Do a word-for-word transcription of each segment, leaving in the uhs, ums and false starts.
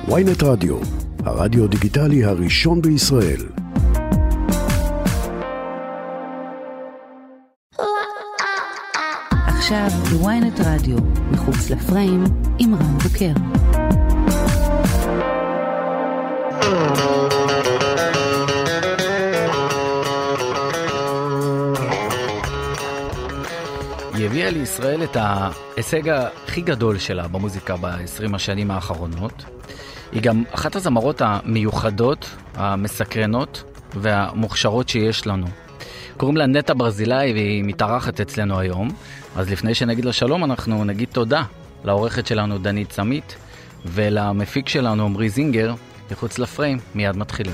וויינט רדיו, הרדיו דיגיטלי הראשון בישראל. עכשיו בוויינט רדיו, מחוץ לפריים, עם רן בוקר. היא הביאה לישראל את ההישג הכי גדול שלה במוזיקה ב-עשרים השנים האחרונות. היא גם אחת הזמרות המיוחדות, המסקרנות והמוכשרות שיש לנו. קוראים לה נטע ברזילי והיא מתארחת אצלנו היום. אז לפני שנגיד לה שלום, אנחנו נגיד תודה לעורכת שלנו דנית סמית ולמפיק שלנו עמרי זינגר. מחוץ לפריים, מיד מתחילים.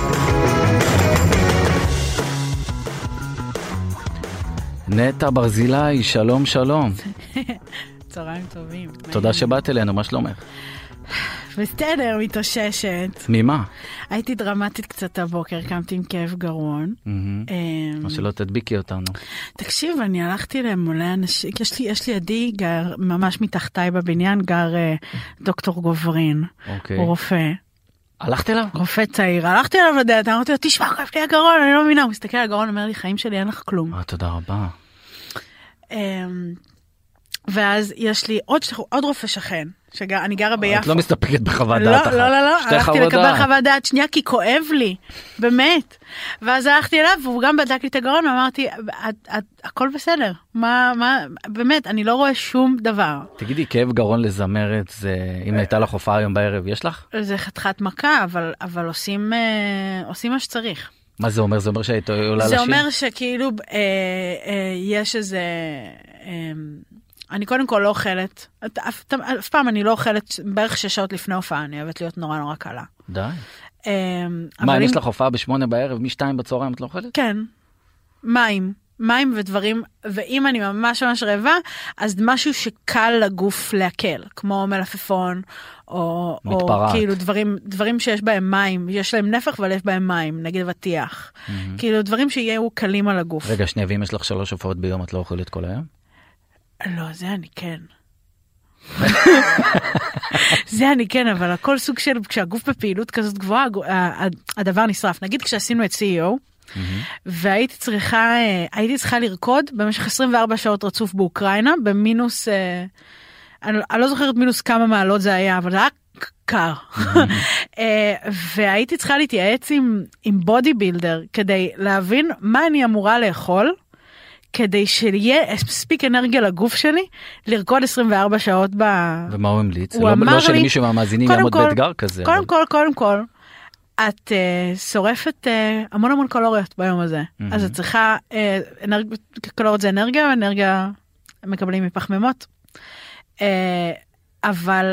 נטע ברזילי, שלום שלום. צהריים טובים. תודה שבאת אלינו, מה שלומך? בסדר, מתאוששת. ממה? הייתי דרמטית קצת הבוקר, קמתי עם כאב גרון. מה שלא תדביקי אותנו. תקשיב, אני הלכתי למולה אנשים, יש לי ידי, גר ממש מתחתיי בבניין, גר דוקטור גוברין. הוא רופא. הלכת אליו? רופא צעיר. הלכתי אליו לדעת, אמרתי לו, תשמע, כואב לי הגרון, אני לא מבינה. הוא מסתכל על הגרון, אומר לי, חיים שלי, אין לך כלום. תודה רבה. ואז יש לי עוד, עוד רופא שכן, שאני גרה ביפו. את לא מסתפקת בחוות דעת אחת. לא, לא, לא, הלכתי לקבל חוות דעת שנייה, כי כואב לי, באמת. ואז הלכתי אליו, והוא גם בדק לי את הגרון, ואמרתי, הכל בסדר. מה, מה, באמת, אני לא רואה שום דבר. תגידי, כאב גרון לזמרת, זה, אם הייתה לך הופעה היום בערב, יש לך? זה חתיכת מכה, אבל, אבל עושים, עושים מה שצריך. מה זה אומר? זה אומר שהיית עולה לשיר? זה אומר שכאילו, אה, אה, יש איזה... אה, אני קודם כל לא אוכלת, אף, אף פעם אני לא אוכלת, בערך שש שעות לפני הופעה, אני אוהבת להיות נורא נורא קלה. די. מה, אם יש לך הופעה בשמונה בערב, משתיים בצהריים את לא אוכלת? כן. מים. מים ודברים, ואם אני ממש ממש רעבה, אז משהו שקל לגוף להקל, כמו מלפפון, או, או כאילו דברים, דברים שיש בהם מים, יש להם נפח אבל יש בהם מים, נגיד ותיח. Mm-hmm. כאילו דברים שיהיו קלים על הגוף. רגע, שנייה, ואם יש לך שלוש הופעות ביום, את לא אוכלת כל היום? לא, זה אני כן. זה אני כן, אבל הכל סוג של, כשהגוף בפעילות כזאת גבוהה, הדבר נשרף. נגיד כשעשינו את סי אי או, והייתי צריכה, הייתי צריכה לרקוד במשך עשרים וארבע שעות רצוף באוקראינה, במינוס, אני לא זוכרת מינוס כמה מעלות זה היה, אבל זה היה קר. והייתי צריכה להתייעץ עם בודי בילדר, כדי להבין מה אני אמורה לאכול, כדי שיהיה מספיק אנרגיה לגוף שלי, לרקוד עשרים וארבע שעות ב... ומה הוא המליץ? לא שלמישהו מהמאזינים יעמוד באתגר כזה. קודם כל, קודם כל, את שורפת המון המון קלוריות ביום הזה. אז את צריכה, קלוריות זה אנרגיה, ואנרגיה מקבלים מפחמימות. אבל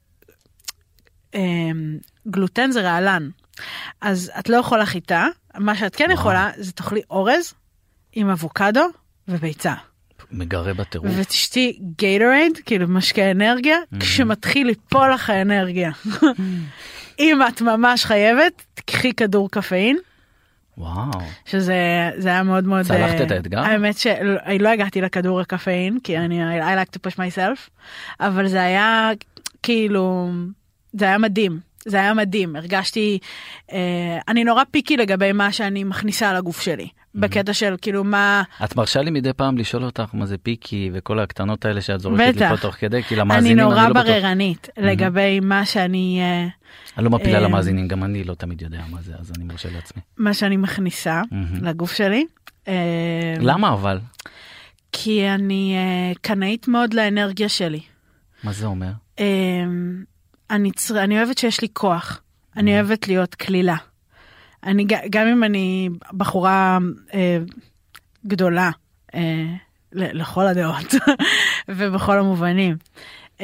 גלוטן זה רעלן. אז את לא יכולה חיטה, מה שאת כן יכולה, זה תאכלי אורז, עם אבוקדו וביצה. מגרה בטירוף. ותשתי גייטורייד, כאילו משקה אנרגיה, כשמתחיל ליפול לך האנרגיה. אם את ממש חייבת, תקחי כדור קפאין. וואו. שזה זה היה מאוד מאוד... צלחת את האתגר? האמת שלא הגעתי לכדור הקפאין, כי אני, I like to push myself, אבל זה היה כאילו, זה היה מדהים. זה היה מדהים. הרגשתי, אה, אני נורא פיקי לגבי מה שאני מכניסה לגוף שלי. בקטע של כאילו מה... את מרשה לי מדי פעם לשאול אותך מה זה פיקי וכל הקטנות האלה שאת זורקת לי פה תוך כדי, כי למאזינים אני נורא בררנית לגבי מה שאני... אני לא מפילה למאזינים, גם אני לא תמיד יודע מה זה, אז אני מרשה לעצמי. מה שאני מכניסה לגוף שלי. למה אבל? כי אני קנאית מאוד לאנרגיה שלי. מה זה אומר? אני, צר... אני אוהבת שיש לי כוח. אני אוהבת להיות כלילה. אני, גם אם אני בחורה אה, גדולה, אה, לכל הדעות, ובכל המובנים, אה,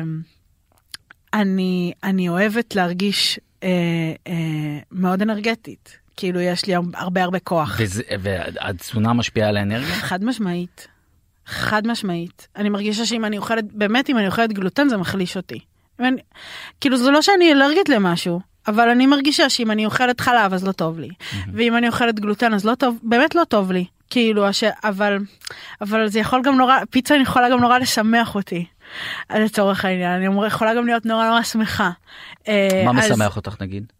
אני, אני אוהבת להרגיש אה, אה, מאוד אנרגטית. כאילו יש לי הרבה הרבה כוח. וזה, והתזונה משפיעה על האנרגיה? חד משמעית. חד משמעית. אני מרגישה שאם אני אוכלת, באמת אם אני אוכלת גלוטן זה מחליש אותי. ואני, כאילו זה לא שאני אלרגית למשהו, אבל אני מרגישה שאם אני אוכלת חלב אז לא טוב לי. ואם אני אוכלת גלוטן אז לא טוב, באמת לא טוב לי. כאילו, אבל, אבל זה יכול גם נורא, פיצה יכולה גם נורא לשמח אותי. לצורך העניין, אני יכולה גם להיות נורא נורא שמחה. מה משמח אותך נגיד?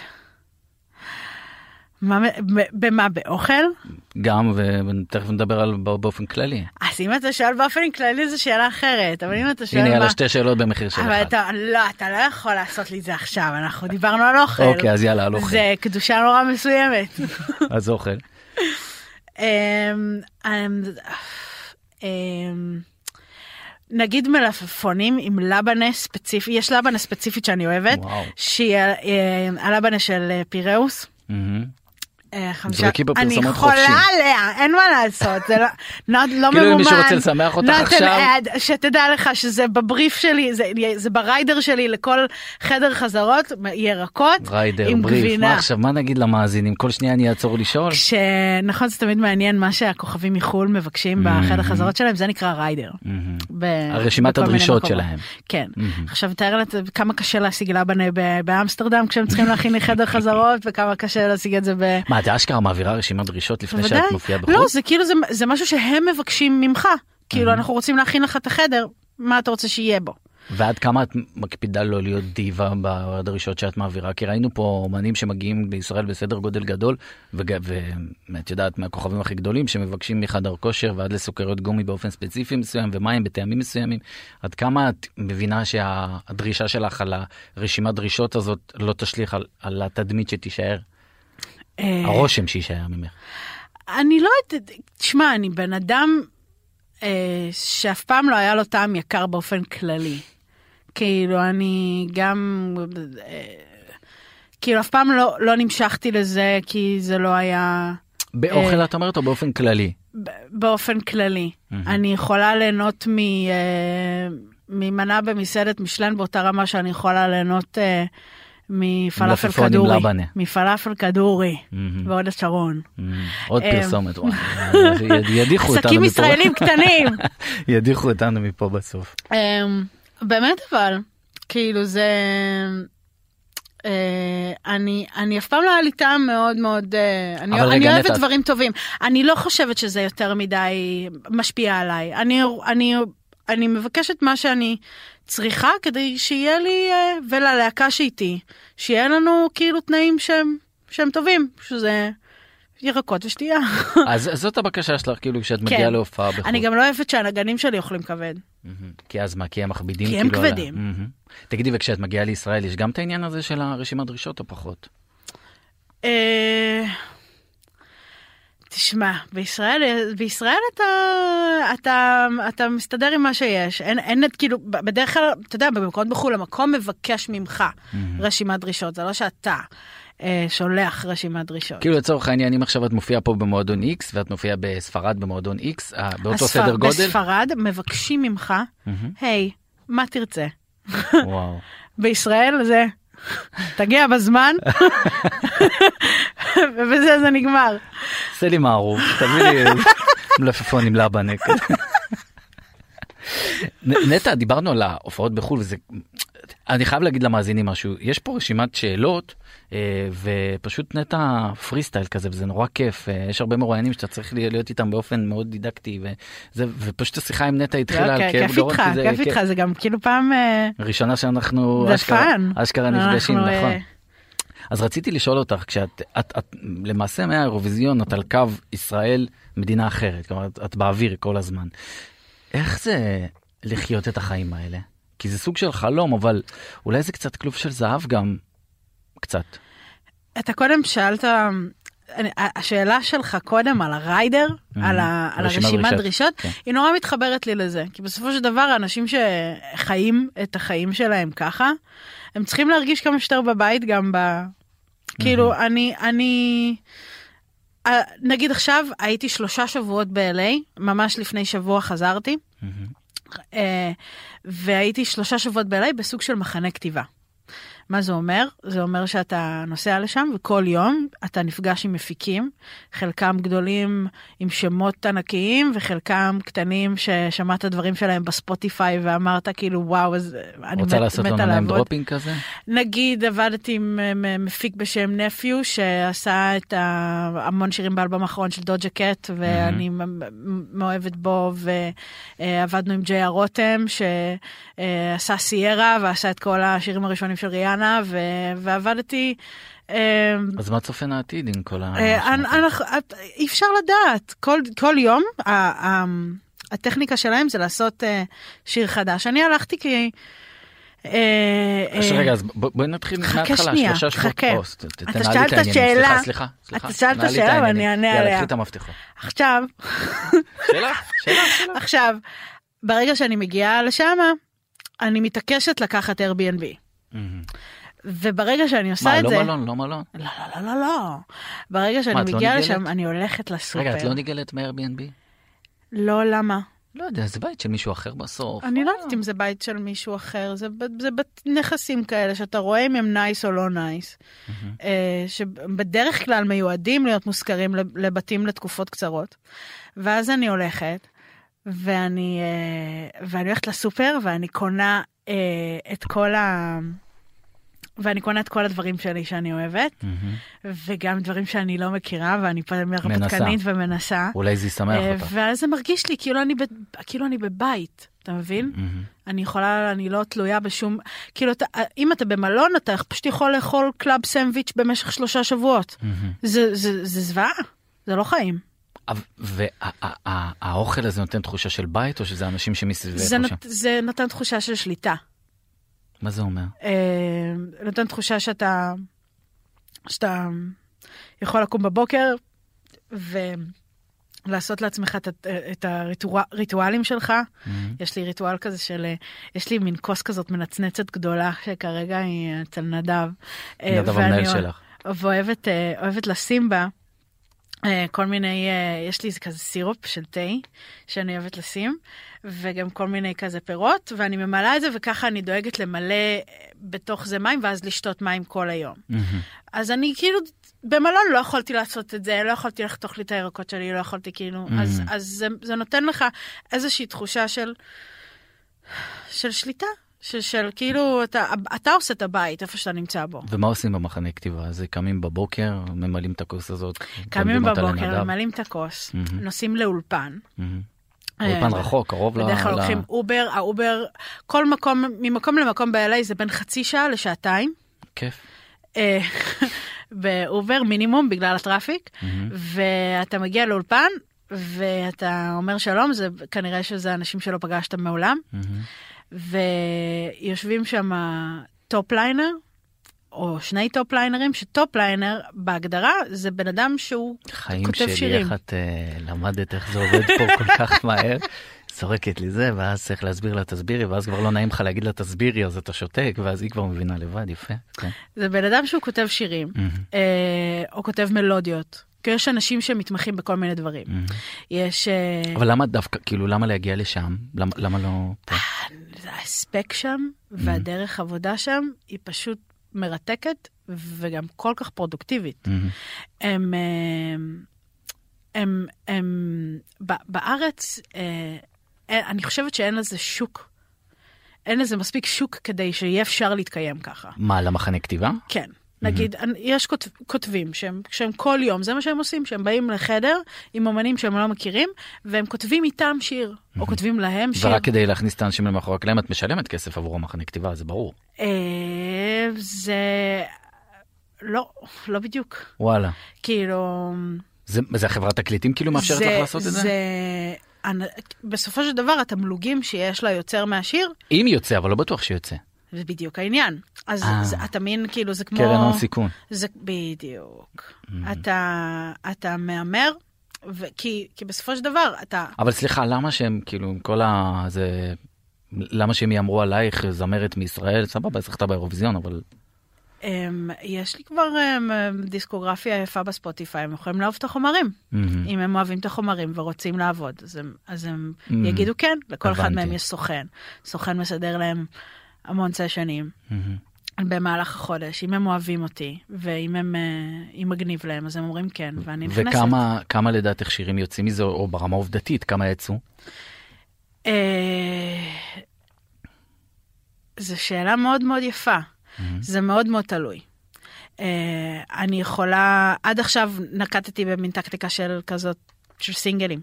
במה, באוכל? גם, ותכף נדבר על באופן כללי. אז אם אתה שואל באופן כללי, זו שאלה אחרת, אבל אם אתה שואל מה... הנה, יאללה, שתי שאלות במחיר של אחד. אבל אתה, לא, אתה לא יכול לעשות לי את זה עכשיו, אנחנו דיברנו על אוכל. אוקיי, אז יאללה, על אוכל. זה קדושה נורא מסוימת. אז אוכל. נגיד מלפפונים עם לבנה ספציפי, יש לבנה ספציפית שאני אוהבת, שהיא הלבנה של פיראוס. זרקי בפרסומות חופשי. אני יכולה עליה, אין מה לעשות, זה לא ממומן. כאילו אם מישהו רוצה לשמח אותך עכשיו. שתדע לך שזה בבריף שלי, זה בריידר שלי לכל חדר חזרות, ירקות עם גבינה. מה עכשיו, מה נגיד למאזינים? כל שנייה אני אעצור לשאול? נכון, זה תמיד מעניין מה שהכוכבים מחול מבקשים בחדר חזרות שלהם, זה נקרא ריידר. הרשימת הדרישות שלהם. כן. עכשיו תאר לך כמה קשה להשיג לבנה באמסטרדם כשהם צריכים להכין לי חדר חזרות, וכמה קשה להשיג את זה ב... מה, אתה אשכרה מעבירה רשימת דרישות לפני שאת מופיעה בחוץ? לא, זה כאילו, זה, זה משהו שהם מבקשים ממך. כאילו, אנחנו רוצים להכין לך את החדר, מה אתה רוצה שיהיה בו? ועד כמה את מקפידה לא להיות דיבה בדרישות שאת מעבירה? כי ראינו פה אומנים שמגיעים בישראל בסדר גודל גדול, ואת יודעת, מהכוכבים הכי גדולים, שמבקשים מחדר כושר ועד לסוכריות גומי באופן ספציפי מסוים, ומים בטעמים מסוימים. עד כמה את מבינה שהדרישה שלך על הרשימת דרישות הזאת לא תשליך על, על התדמית שתישאר? הרושם שישאר ממך. אני לא יודעת, תשמע, אני בן אדם אה, שאף פעם לא היה לו טעם יקר באופן כללי. כאילו, אני גם, אה, כאילו, אף פעם לא, לא נמשכתי לזה, כי זה לא היה... באוכל אה, את אומרת או באופן כללי? באופן כללי. Mm-hmm. אני יכולה ליהנות מ, אה, ממנה במסעדת משלן באותה רמה שאני יכולה ליהנות... אה, מפלאפל כדורי, מפלאפל כדורי, ועוד השרון. עוד פרסומת, ידיחו אותנו מפה. עסקים ישראלים קטנים. ידיחו אותנו מפה בסוף. באמת אבל, כאילו זה, אני אף פעם לא היה לי טעם מאוד מאוד, אני אוהבת דברים טובים. אני לא חושבת שזה יותר מדי משפיע עליי. אני מבקשת מה שאני... צריכה כדי שיהיה לי וללהקה שאיתי, שיהיה לנו כאילו תנאים שהם, שהם טובים, שזה ירקות ושתייה. אז זאת הבקשה שלך, כאילו כשאת מגיעה להופעה בחוץ. אני גם לא אוהבת שהנגנים שלי אוכלים כבד. כי אז מה? כי הם מכבידים? כי הם כבדים. תגידי, וכשאת מגיעה לישראל, יש גם את העניין הזה של הרשימת דרישות או פחות? תשמע, בישראל, בישראל אתה, אתה, אתה מסתדר עם מה שיש. אין, אין, כאילו, בדרך כלל, אתה יודע, במקומות בחול, המקום מבקש ממך mm-hmm. רשימת דרישות. זה לא שאתה אה, שולח רשימת דרישות. כאילו, לצורך העניין, אם עכשיו את מופיעה פה במועדון X, ואת מופיעה בספרד במועדון X, אה, באותו הספר, סדר גודל? בספרד מבקשים ממך, היי, mm-hmm. hey, מה תרצה? וואו. בישראל זה... תגיע בזמן, ובזה זה נגמר. עושה לי מערוב, תביא לי מלפפון עם לבנה. נטע, דיברנו על ההופעות בחול, וזה... אני חייב להגיד למאזינים משהו, יש פה רשימת שאלות, ופשוט נטע פרי סטייל כזה, וזה נורא כיף, יש הרבה מרואיינים שאתה צריך להיות איתם באופן מאוד דידקטי, ופשוט השיחה עם נטע התחילה על כאב גרון. כיף איתך, כיף איתך, זה גם כאילו פעם... ראשונה שאנחנו אשכרה נפגשים, נכון. אז רציתי לשאול אותך, כשאת, את, את, למעשה מהאירוויזיון, את על קו ישראל, מדינה אחרת, כלומר, את באוויר כל הזמן. איך זה לחיות את החיים האלה? כי זה סוג של חלום, אבל אולי זה קצת כלוב של זהב גם, קצת. אתה קודם שאלת, השאלה שלך קודם על הריידר, mm-hmm. על, ה, על הרשימת דרישות, כן. היא נורא מתחברת לי לזה. כי בסופו של דבר, האנשים שחיים את החיים שלהם ככה, הם צריכים להרגיש כמה שיותר בבית גם ב... Mm-hmm. כאילו, אני, אני... נגיד עכשיו, הייתי שלושה שבועות ב-אל איי, ממש לפני שבוע חזרתי, mm-hmm. והייתי שלושה שבועות ב-אל איי בסוג של מחנה כתיבה. מה זה אומר? זה אומר שאתה נוסע לשם, וכל יום אתה נפגש עם מפיקים, חלקם גדולים עם שמות ענקיים, וחלקם קטנים ששמעת דברים שלהם בספוטיפיי, ואמרת כאילו, וואו, אז אני רוצה לעשות לנו ניים דרופינג כזה? נגיד, עבדתי עם מפיק בשם נפיו, שעשה את המון שירים באלבום האחרון של דוג'ה קט, ואני מאוהבת בו, ועבדנו עם ג'יי רותם, שעשה סיירה, ועשה את כל השירים הראשונים של ריאנה, ועבדתי... אז מה צופן העתיד עם כל ה... אי אפשר לדעת. כל יום, הטכניקה שלהם זה לעשות שיר חדש. אני הלכתי כי... רגע, אז בואי נתחיל מההתחלה, שלושה שבועות פוסט. אתה שאלת את השאלה, סליחה, סליחה. אתה שאלת את השאלה ואני אענה עליה. יאללה, קחי את המפתחות. עכשיו, שאלה, שאלה, שאלה. עכשיו, ברגע שאני מגיעה לשם, אני מתעקשת לקחת Airbnb. וברגע שאני עושה את זה... מה, לא מלון, לא מלון? לא, לא, לא, לא. ברגע שאני מגיעה לשם, אני הולכת לסופר. רגע, את לא נגלת מ-Airbnb? לא, למה? לא יודע, זה בית של מישהו אחר בסוף. אני לא יודעת אם זה בית של מישהו אחר, זה נכסים כאלה שאתה רואה אם הם נייס או לא נייס, שבדרך כלל מיועדים להיות מושכרים לבתים לתקופות קצרות. ואז אני הולכת, ואני הולכת לסופר, ואני קונה את כל ה... ואני קונה את כל הדברים שלי שאני אוהבת, וגם דברים שאני לא מכירה, ואני מרפתקנית ומנסה. אולי זה ישמח אותך. ואז זה מרגיש לי כאילו אני בבית, אתה מבין? אני יכולה, אני לא תלויה בשום... כאילו, אם אתה במלון, אתה פשוט יכול לאכול קלאב סנדוויץ' במשך שלושה שבועות. זה זוועה, זה לא חיים. והאוכל הזה נותן תחושה של בית, או שזה אנשים שמסביב? זה נותן תחושה של שליטה. מה זה אומר? נותן תחושה שאתה, שאתה יכול לקום בבוקר ולעשות לעצמך את הריטואלים שלך. יש לי ריטואל כזה של, יש לי מין כוס כזאת מנצנצת גדולה שכרגע היא אצל נדב. נדב המנהל שלך. ואוהבת, אוהבת לשים בה כל מיני, יש לי כזה סירופ של תה שאני אוהבת לשים, וגם כל מיני כזה פירות, ואני ממלאה את זה, וככה אני דואגת למלא בתוך זה מים, ואז לשתות מים כל היום. אז אני כאילו, במלון לא יכולתי לעשות את זה, לא יכולתי לחתוך לי את הירקות שלי, לא יכולתי כאילו, אז, אז זה, זה נותן לך איזושהי תחושה של, של שליטה. של, של כאילו, אתה, אתה עושה את הבית, איפה שאתה נמצא בו. ומה עושים במחנה כתיבה? אז קמים בבוקר, ממלאים את הכוס הזאת? קמים בבוקר, ממלאים את הכוס, mm-hmm. נוסעים לאולפן. Mm-hmm. אולפן רחוק, קרוב ל... בדרך כלל לוקחים אובר, האובר, כל מקום, ממקום למקום ב-אל איי זה בין חצי שעה לשעתיים. כיף. באובר מינימום, בגלל הטראפיק, ואתה מגיע לאולפן, ואתה אומר שלום, זה כנראה שזה אנשים שלא פגשת מעולם, ויושבים שם טופליינר, או שני טופליינרים, שטופליינר בהגדרה זה בן אדם שהוא כותב שירים. חיים שלי, איך את uh, למדת איך זה עובד פה כל כך מהר, זורקת לי זה, ואז צריך להסביר לה תסבירי, ואז כבר לא נעים לך להגיד לה תסבירי, אז אתה שותק, ואז היא כבר מבינה לבד, יפה. Okay. זה בן אדם שהוא כותב שירים, mm-hmm. אה, או כותב מלודיות, כי יש אנשים שמתמחים בכל מיני דברים. Mm-hmm. יש... אה... אבל למה דווקא, כאילו, למה להגיע לשם? למה, למה לא... ההספק שם, והדרך עבודה שם, היא פשוט מרתקת, וגם כל כך פרודוקטיבית. Mm-hmm. הם, הם, הם, בארץ, אני חושבת שאין לזה שוק, אין לזה מספיק שוק כדי שיהיה אפשר להתקיים ככה. מה, למחנה כתיבה? כן. נגיד, mm-hmm. יש כותב, כותבים שהם, שהם כל יום, זה מה שהם עושים, שהם באים לחדר עם אומנים שהם לא מכירים, והם כותבים איתם שיר, mm-hmm. או כותבים להם שיר. ורק כדי להכניס את האנשים למאחורי הקלעים, את משלמת כסף עבור המחנה כתיבה, זה ברור. אה, זה... לא, לא בדיוק. וואלה. כאילו... זה, זה חברת תקליטים כאילו מאפשרת לך לעשות את זה? זה... בסופו של דבר, התמלוגים שיש לה יוצר מהשיר... אם יוצא, אבל לא בטוח שיוצא. זה בדיוק העניין. אז זה, אתה מין, כאילו, זה כמו... קרן הון סיכון. זה בדיוק. Mm. אתה, אתה מאמר, ו... כי, כי בסופו של דבר, אתה... אבל סליחה, למה שהם, כאילו, כל ה... זה... למה שהם יאמרו עלייך זמרת מישראל? סבבה, זכתה באירוויזיון, אבל... Um, יש לי כבר um, דיסקוגרפיה יפה בספוטיפיי, הם יכולים לאהוב את החומרים. Mm-hmm. אם הם אוהבים את החומרים ורוצים לעבוד, אז הם, אז הם mm-hmm. יגידו כן, לכל הבנתי. אחד מהם יש סוכן. סוכן מסדר להם... המון סשנים. במהלך החודש, אם הם אוהבים אותי, ואם הם, אם מגניב להם, אז הם אומרים כן, ואני נכנסת. וכמה, כמה לדעתך שירים יוצאים מזה, או ברמה עובדתית, כמה יצאו? זו שאלה מאוד מאוד יפה. זה מאוד מאוד תלוי. אני יכולה, עד עכשיו נקטתי במין טקטיקה של כזאת, של סינגלים.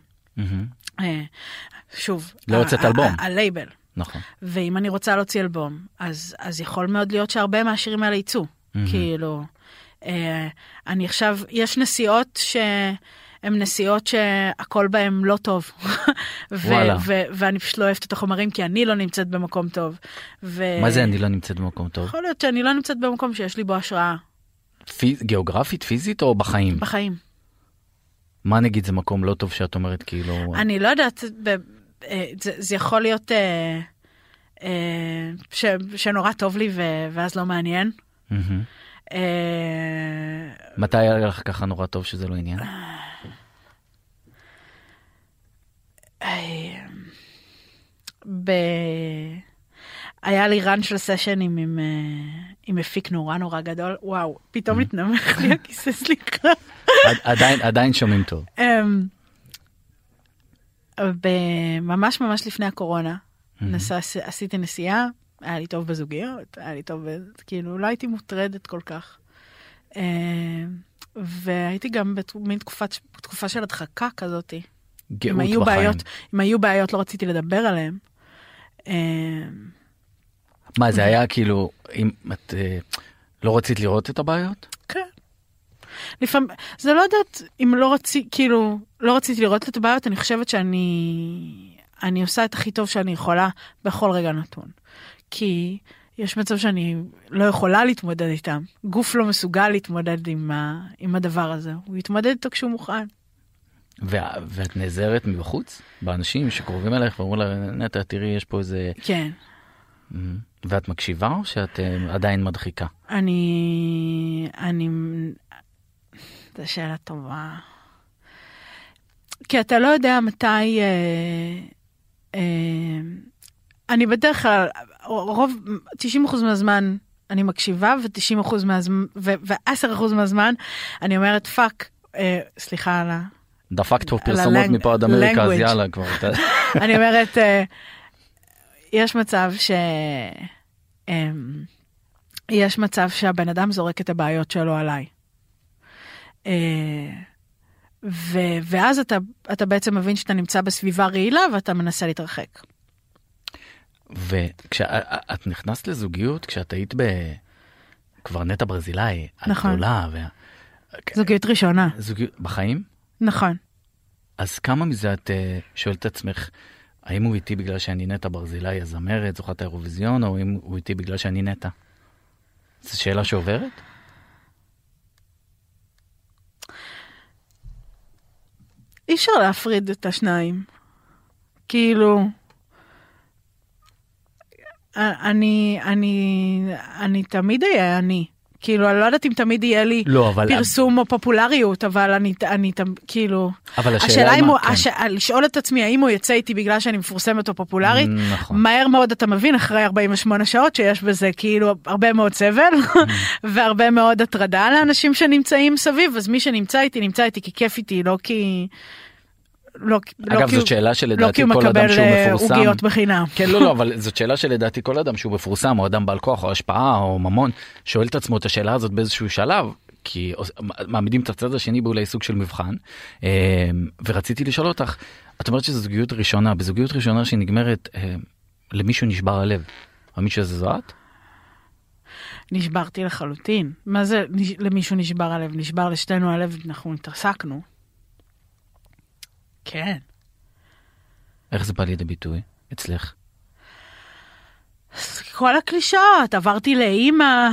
שוב. לא יוצאת אלבום. הלייבל. נכון. ואם אני רוצה להוציא אלבום, אז, אז יכול מאוד להיות שהרבה מהשירים האלה יצאו. Mm-hmm. כאילו, אה, אני עכשיו, יש נסיעות שהן נסיעות שהכל בהן לא טוב. ו- ו- ואני פשוט לא אוהבת את החומרים, כי אני לא נמצאת במקום טוב. ו- מה זה אני לא נמצאת במקום טוב? יכול להיות שאני לא נמצאת במקום שיש לי בו השראה. פיז... גיאוגרפית, פיזית או בחיים? בחיים. מה נגיד זה מקום לא טוב שאת אומרת כאילו... אני לא יודעת... ב- זה, זה יכול להיות אה, אה, ש, שנורא טוב לי ו, ואז לא מעניין. Mm-hmm. אה, מתי היה לך ככה נורא טוב שזה לא עניין? אה, ב... היה לי רן של סשנים עם, עם מפיק נורא נורא גדול. וואו, פתאום התנמך לי הכיסא, סליחה. עדיין, עדיין שומעים טוב. ממש ממש לפני הקורונה, נסע, עשיתי נסיעה, היה לי טוב בזוגיות, היה לי טוב, כאילו לא הייתי מוטרדת כל כך. והייתי גם במין תקופה של הדחקה כזאת. גאות בחיים. אם היו בעיות לא רציתי לדבר עליהן. מה, זה היה כאילו, אם את לא רצית לראות את הבעיות? כן. לפעמים, זה לא יודעת, אם לא רציתי, כאילו, לא רציתי לראות את הבעיות, אני חושבת שאני, אני עושה את הכי טוב שאני יכולה בכל רגע נתון. כי יש מצב שאני לא יכולה להתמודד איתם. גוף לא מסוגל להתמודד עם, ה, עם הדבר הזה. הוא יתמודד איתו כשהוא מוכן. וה, ואת נעזרת מבחוץ? באנשים שקרובים אליך ואומרים לה, נטע, תראי, יש פה איזה... כן. ואת מקשיבה או שאת עדיין מדחיקה? אני... אני... זו שאלה טובה. כי אתה לא יודע מתי... אה, אה, אני בדרך כלל, רוב, תשעים אחוז מהזמן אני מקשיבה, ו-תשעים אחוז מהזמן, ו-עשרה אחוז מהזמן אני אומרת, פאק, אה, סליחה על ה... דפקת פה פרסומות מפה עד אמריקה, אז יאללה כבר. אני אומרת, אה, יש מצב ש... אה, יש מצב שהבן אדם זורק את הבעיות שלו עליי. ו- ואז אתה, אתה בעצם מבין שאתה נמצא בסביבה רעילה ואתה מנסה להתרחק. וכשאת נכנסת לזוגיות, כשאת היית כבר נטע ברזילאי, נכון. הגדולה. ו... זוגיות ראשונה. זוגיות... בחיים? נכון. אז כמה מזה את שואלת את עצמך, האם הוא איתי בגלל שאני נטע ברזילאי, הזמרת, זוכת האירוויזיון, או האם הוא איתי בגלל שאני נטע? זו שאלה שעוברת? אי אפשר להפריד את השניים. כאילו, אני, אני, אני תמיד אהיה אני. כאילו, אני לא יודעת אם תמיד יהיה לי לא, אבל... פרסום או פופולריות, אבל אני, אני, כאילו... אבל השאלה היא מה... כן. הש... לשאול את עצמי, האם הוא יצא איתי בגלל שאני מפורסמת או פופולרית, נכון. מהר מאוד אתה מבין, אחרי ארבעים ושמונה שעות, שיש בזה כאילו הרבה מאוד סבל, והרבה מאוד הטרדה לאנשים שנמצאים סביב, אז מי שנמצא איתי, נמצא איתי כי כיף איתי, לא כי... לא, אגב, לא זאת שאלה שלדעתי לא כל אדם שהוא מפורסם. לא כי הוא מקבל עוגיות בחינם. כן, לא, לא, אבל זאת שאלה שלדעתי כל אדם שהוא מפורסם, או אדם בעל כוח, או השפעה, או ממון, שואל את עצמו את השאלה הזאת באיזשהו שלב, כי מעמידים את הצד השני באולי סוג של מבחן, ורציתי לשאול אותך, את אומרת שזו זוגיות ראשונה, בזוגיות ראשונה שנגמרת, למישהו נשבר הלב, או מישהו הזה זו את? נשברתי לחלוטין. מה זה למישהו נשבר הלב? נשבר לשתינו הלב, אנחנו התרסקנו. כן. איך זה בא לידי ביטוי אצלך? כל הקלישות, עברתי לאמא,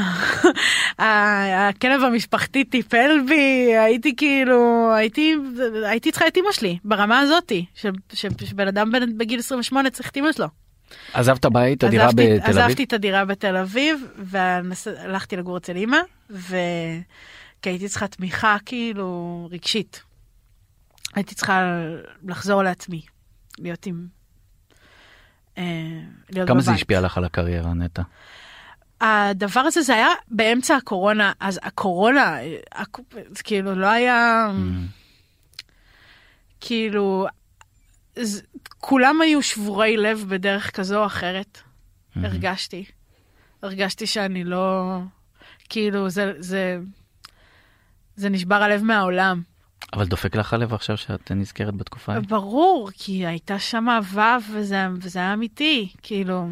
הכלב המשפחתי טיפל בי, הייתי כאילו, הייתי, הייתי צריכה את אמא שלי, ברמה הזאת, שבן אדם בגיל עשרים ושמונה צריך את אמא שלו. עזבת בית, הדירה בתל אביב? עזבתי את הדירה בתל אביב, והלכתי לגור אצל אמא, כי הייתי צריכה תמיכה כאילו רגשית. הייתי צריכה לחזור לעצמי, להיות עם... להיות כמה בבית. זה השפיע לך על הקריירה, נטע? הדבר הזה זה היה באמצע הקורונה, אז הקורונה, כאילו לא היה, כאילו, כולם היו שבורי לב בדרך כזו או אחרת, הרגשתי. הרגשתי שאני לא, כאילו, זה, זה, זה נשבר הלב מהעולם. אבל דופק לך הלב עכשיו שאת נזכרת בתקופה? ברור, כי הייתה שם אהבה וזה, וזה היה אמיתי, כאילו,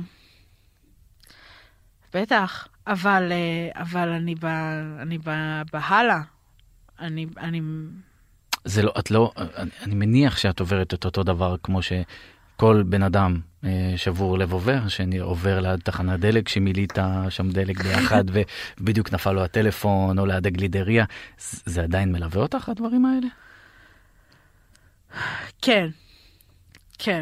בטח, אבל, אבל אני ב, אני ב, בהלה, אני, אני... זה לא, את לא, אני, אני מניח שאת עוברת את אותו דבר כמו שכל בן אדם שבור לב עובר, שעובר ליד תחנת דלק, שמילית שם דלק ביחד ובדיוק נפל לו הטלפון או ליד הגלידריה. זה עדיין מלווה אותך, הדברים האלה? כן, כן.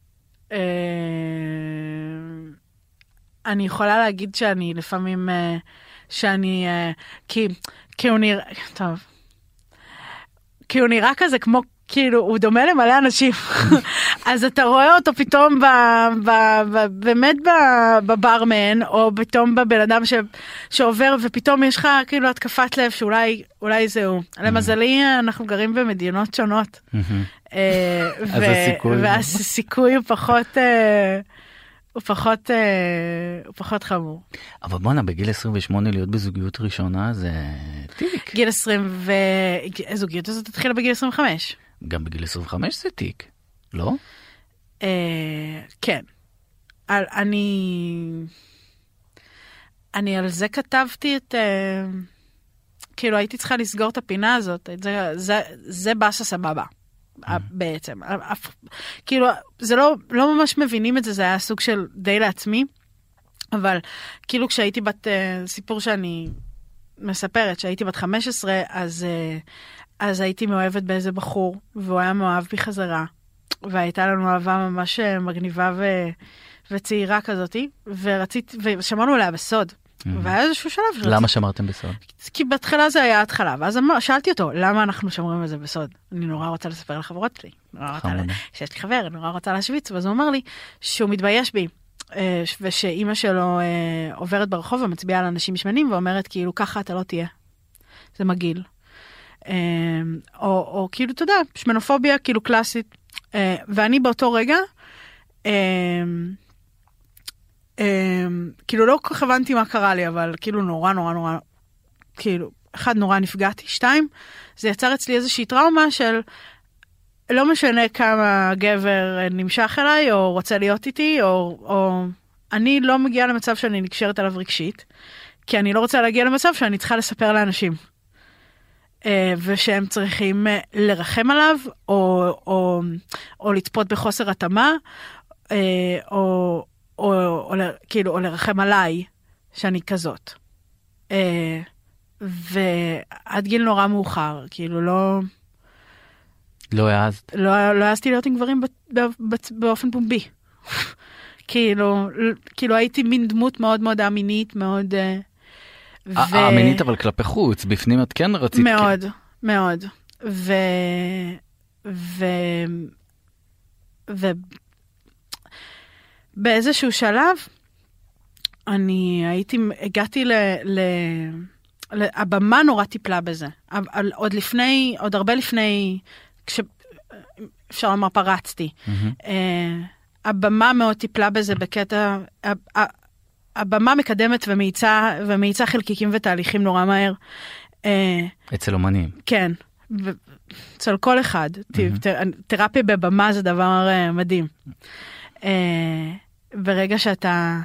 אני יכולה להגיד שאני לפעמים, שאני, כי, כי הוא נראה, טוב, כי הוא נראה כזה כמו, כאילו, הוא דומה למלא אנשים. אז אתה רואה אותו פתאום ב, ב, ב, באמת ב, בברמן, או פתאום בבן אדם ש, שעובר, ופתאום יש לך כאילו התקפת לב שאולי אולי זהו. למזלי, אנחנו גרים במדינות שונות. אז הסיכוי. ואז הסיכוי הוא פחות... הוא פחות, הוא פחות חמור. אבל בוא'נה, בגיל עשרים ושמונה להיות בזוגיות ראשונה זה תיק. גיל עשרים ו... הזוגיות הזאת התחילה בגיל עשרים וחמש. גם בגיל עשרים וחמש זה תיק, לא? כן. אני... אני על זה כתבתי את... כאילו, הייתי צריכה לסגור את הפינה הזאת. זה באסה סבבה. בעצם. כאילו, זה לא, לא ממש מבינים את זה, זה היה סוג של די לעצמי, אבל כאילו כשהייתי בת, סיפור שאני מספרת, שהייתי בת חמש עשרה, אז, אז הייתי מאוהבת באיזה בחור, והוא היה מאוהב בי חזרה, והייתה לנו אהבה ממש מגניבה ו, וצעירה כזאת, ורצית, ושמענו עליה בסוד. והיה איזשהו שלב. למה שמרתם בסוד? כי בהתחלה זה היה התחלה, ואז שאלתי אותו, למה אנחנו שומרים על זה בסוד? אני נורא רוצה לספר לחברות שלי, שיש לי חבר, נורא רוצה להשוויץ, ואז הוא אומר לי שהוא מתבייש בי, ושאימא שלו עוברת ברחוב ומצביעה על אנשים שמנים, ואומרת כאילו ככה אתה לא תהיה. זה מגעיל. או כאילו, אתה יודע, שמנופוביה כאילו קלאסית. ואני באותו רגע, כאילו לא כל כך הבנתי מה קרה לי, אבל כאילו נורא נורא נורא, כאילו, אחד נורא נפגעתי, שתיים, זה יצר אצלי איזושהי טראומה של, לא משנה כמה גבר נמשך אליי, או רוצה להיות איתי, או, או אני לא מגיעה למצב שאני נקשרת עליו רגשית, כי אני לא רוצה להגיע למצב שאני צריכה לספר לאנשים, ושהם צריכים לרחם עליו, או, או, או לצפות בחוסר התאמה, או, או, או, כאילו, או לרחם עליי, שאני כזאת. ועד גיל נורא מאוחר, כאילו לא... לא העזת? לא, לא העזתי להיות עם גברים באופן פומבי. כאילו, כאילו הייתי מין דמות מאוד מאוד אמינית, מאוד... אמינית אבל כלפי חוץ, בפנים את כן רצית... מאוד, מאוד. ו... ו... ו... באיזשהו שלב, אני הייתי, הגעתי ל... ל... הבמה נורא טיפלה בזה. עוד לפני, עוד הרבה לפני, כש... אפשר לומר פרצתי. הבמה מאוד טיפלה בזה בקטע, הבמה מקדמת ומאיצה, ומאיצה חלקיקים ותהליכים נורא מהר. אצל אומנים. כן. אצל כל אחד. תרפיה בבמה זה דבר מדהים. ברגע שאתה...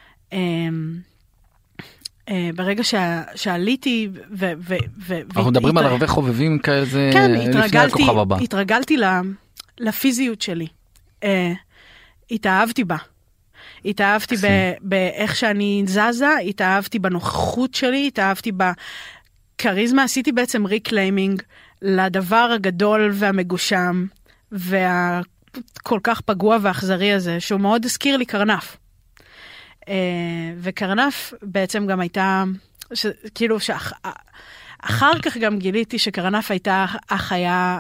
ברגע שעליתי ו... אנחנו מדברים על הרבה חובבים כאלה לפני הכוכב הבא. התרגלתי לפיזיות שלי. התאהבתי בה. התאהבתי באיך שאני זזה, התאהבתי בנוכחות שלי, התאהבתי בקריזמה, עשיתי בעצם ריקליימינג לדבר הגדול והמגושם, והכל כך פגוע ואכזרי הזה, שהוא מאוד הזכיר לי קרנף. וקרנף בעצם גם הייתה, כאילו שאחר כך גם גיליתי שקרנף הייתה החיה,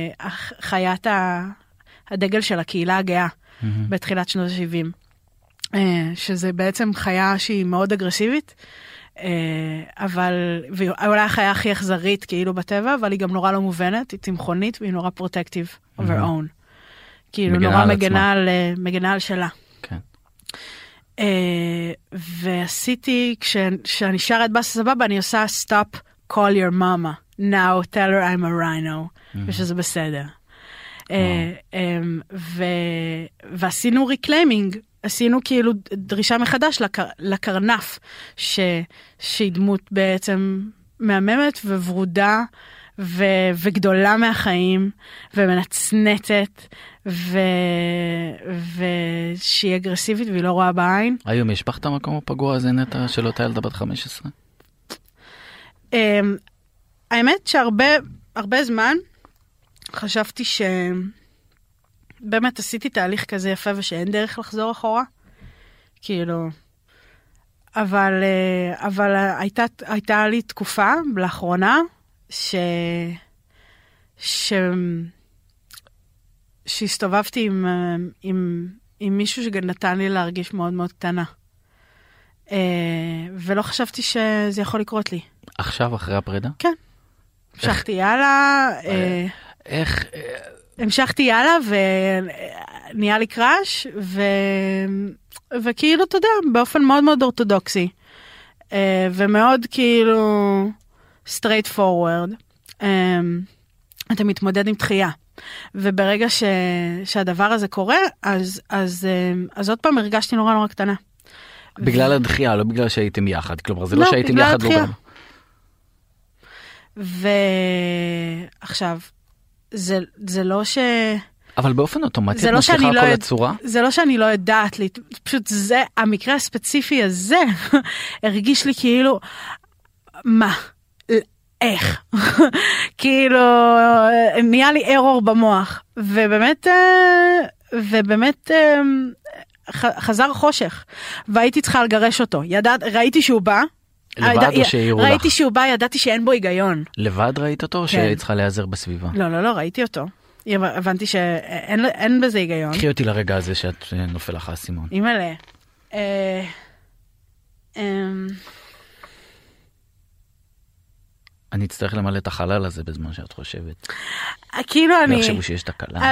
חיית הדגל של הקהילה הגאה, בתחילת שנות ה-שבעים. שזה בעצם חיה שהיא מאוד אגרסיבית, אבל, ואולי החיה הכי אכזרית כאילו בטבע, אבל היא גם נורא לא מובנת, היא צמחונית, והיא נורא protective of her own. כאילו נורא מגנה על, מגנה על שלה. כן. ועשיתי, כשאני שרת בס סבבה, אני עושה stop, call your mama, now tell her I'm a rhino, ושזה בסדר. ועשינו reclaiming, עשינו כאילו דרישה מחדש לקרנף, שהיא דמות בעצם מהממת וורודה, וגדולה מהחיים, ומנצנצת, ושהיא אגרסיבית והיא לא רואה בעין. היום יש בך את המקום הפגוע הזה, נטע, של אותה ילדה בת חמש עשרה? האמת שהרבה הרבה זמן חשבתי ש... באמת עשיתי תהליך כזה יפה ושאין דרך לחזור אחורה. כאילו, אבל, אבל הייתה, הייתה לי תקופה לאחרונה ש, ש, שהסתובבתי עם, עם, עם מישהו שנתן לי להרגיש מאוד מאוד קטנה. ולא חשבתי שזה יכול לקרות לי. עכשיו אחרי הפרידה? כן. המשכתי יאללה. איך... המשכתי יאללה ונהיה לי קראש, ו... וכאילו, אתה יודע, באופן מאוד מאוד אורתודוקסי, ומאוד כאילו straight forward, אתה מתמודד עם דחייה. וברגע ש... שהדבר הזה קורה, אז, אז, אז עוד פעם הרגשתי נורא נורא קטנה. בגלל ו... הדחייה, לא בגלל שהייתם יחד. כלומר, זה לא, לא שהייתם יחד לא גם. ועכשיו, זה, זה לא ש... אבל באופן אוטומטי, את משליחה כל הצורה? זה לא שאני לא יודעת לי, פשוט זה, המקרה הספציפי הזה, הרגיש לי כאילו, מה? איך? כאילו, נהיה לי ארור במוח, ובאמת, ובאמת, חזר חושך, והייתי צריכה לגרש אותו. ידעת, ראיתי שהוא בא, לבד או שהעירו לך? ראיתי שהוא בא, ידעתי שאין בו היגיון. לבד ראית אותו או שהיית צריכה להיעזר בסביבה? לא, לא, לא, ראיתי אותו. הבנתי שאין בזה היגיון. קחי אותי לרגע הזה שאת נופל לך הסימון. אימאלה. אני אצטרך למלא את החלל הזה בזמן שאת חושבת. כאילו אני... לא חשבו שיש תקלה.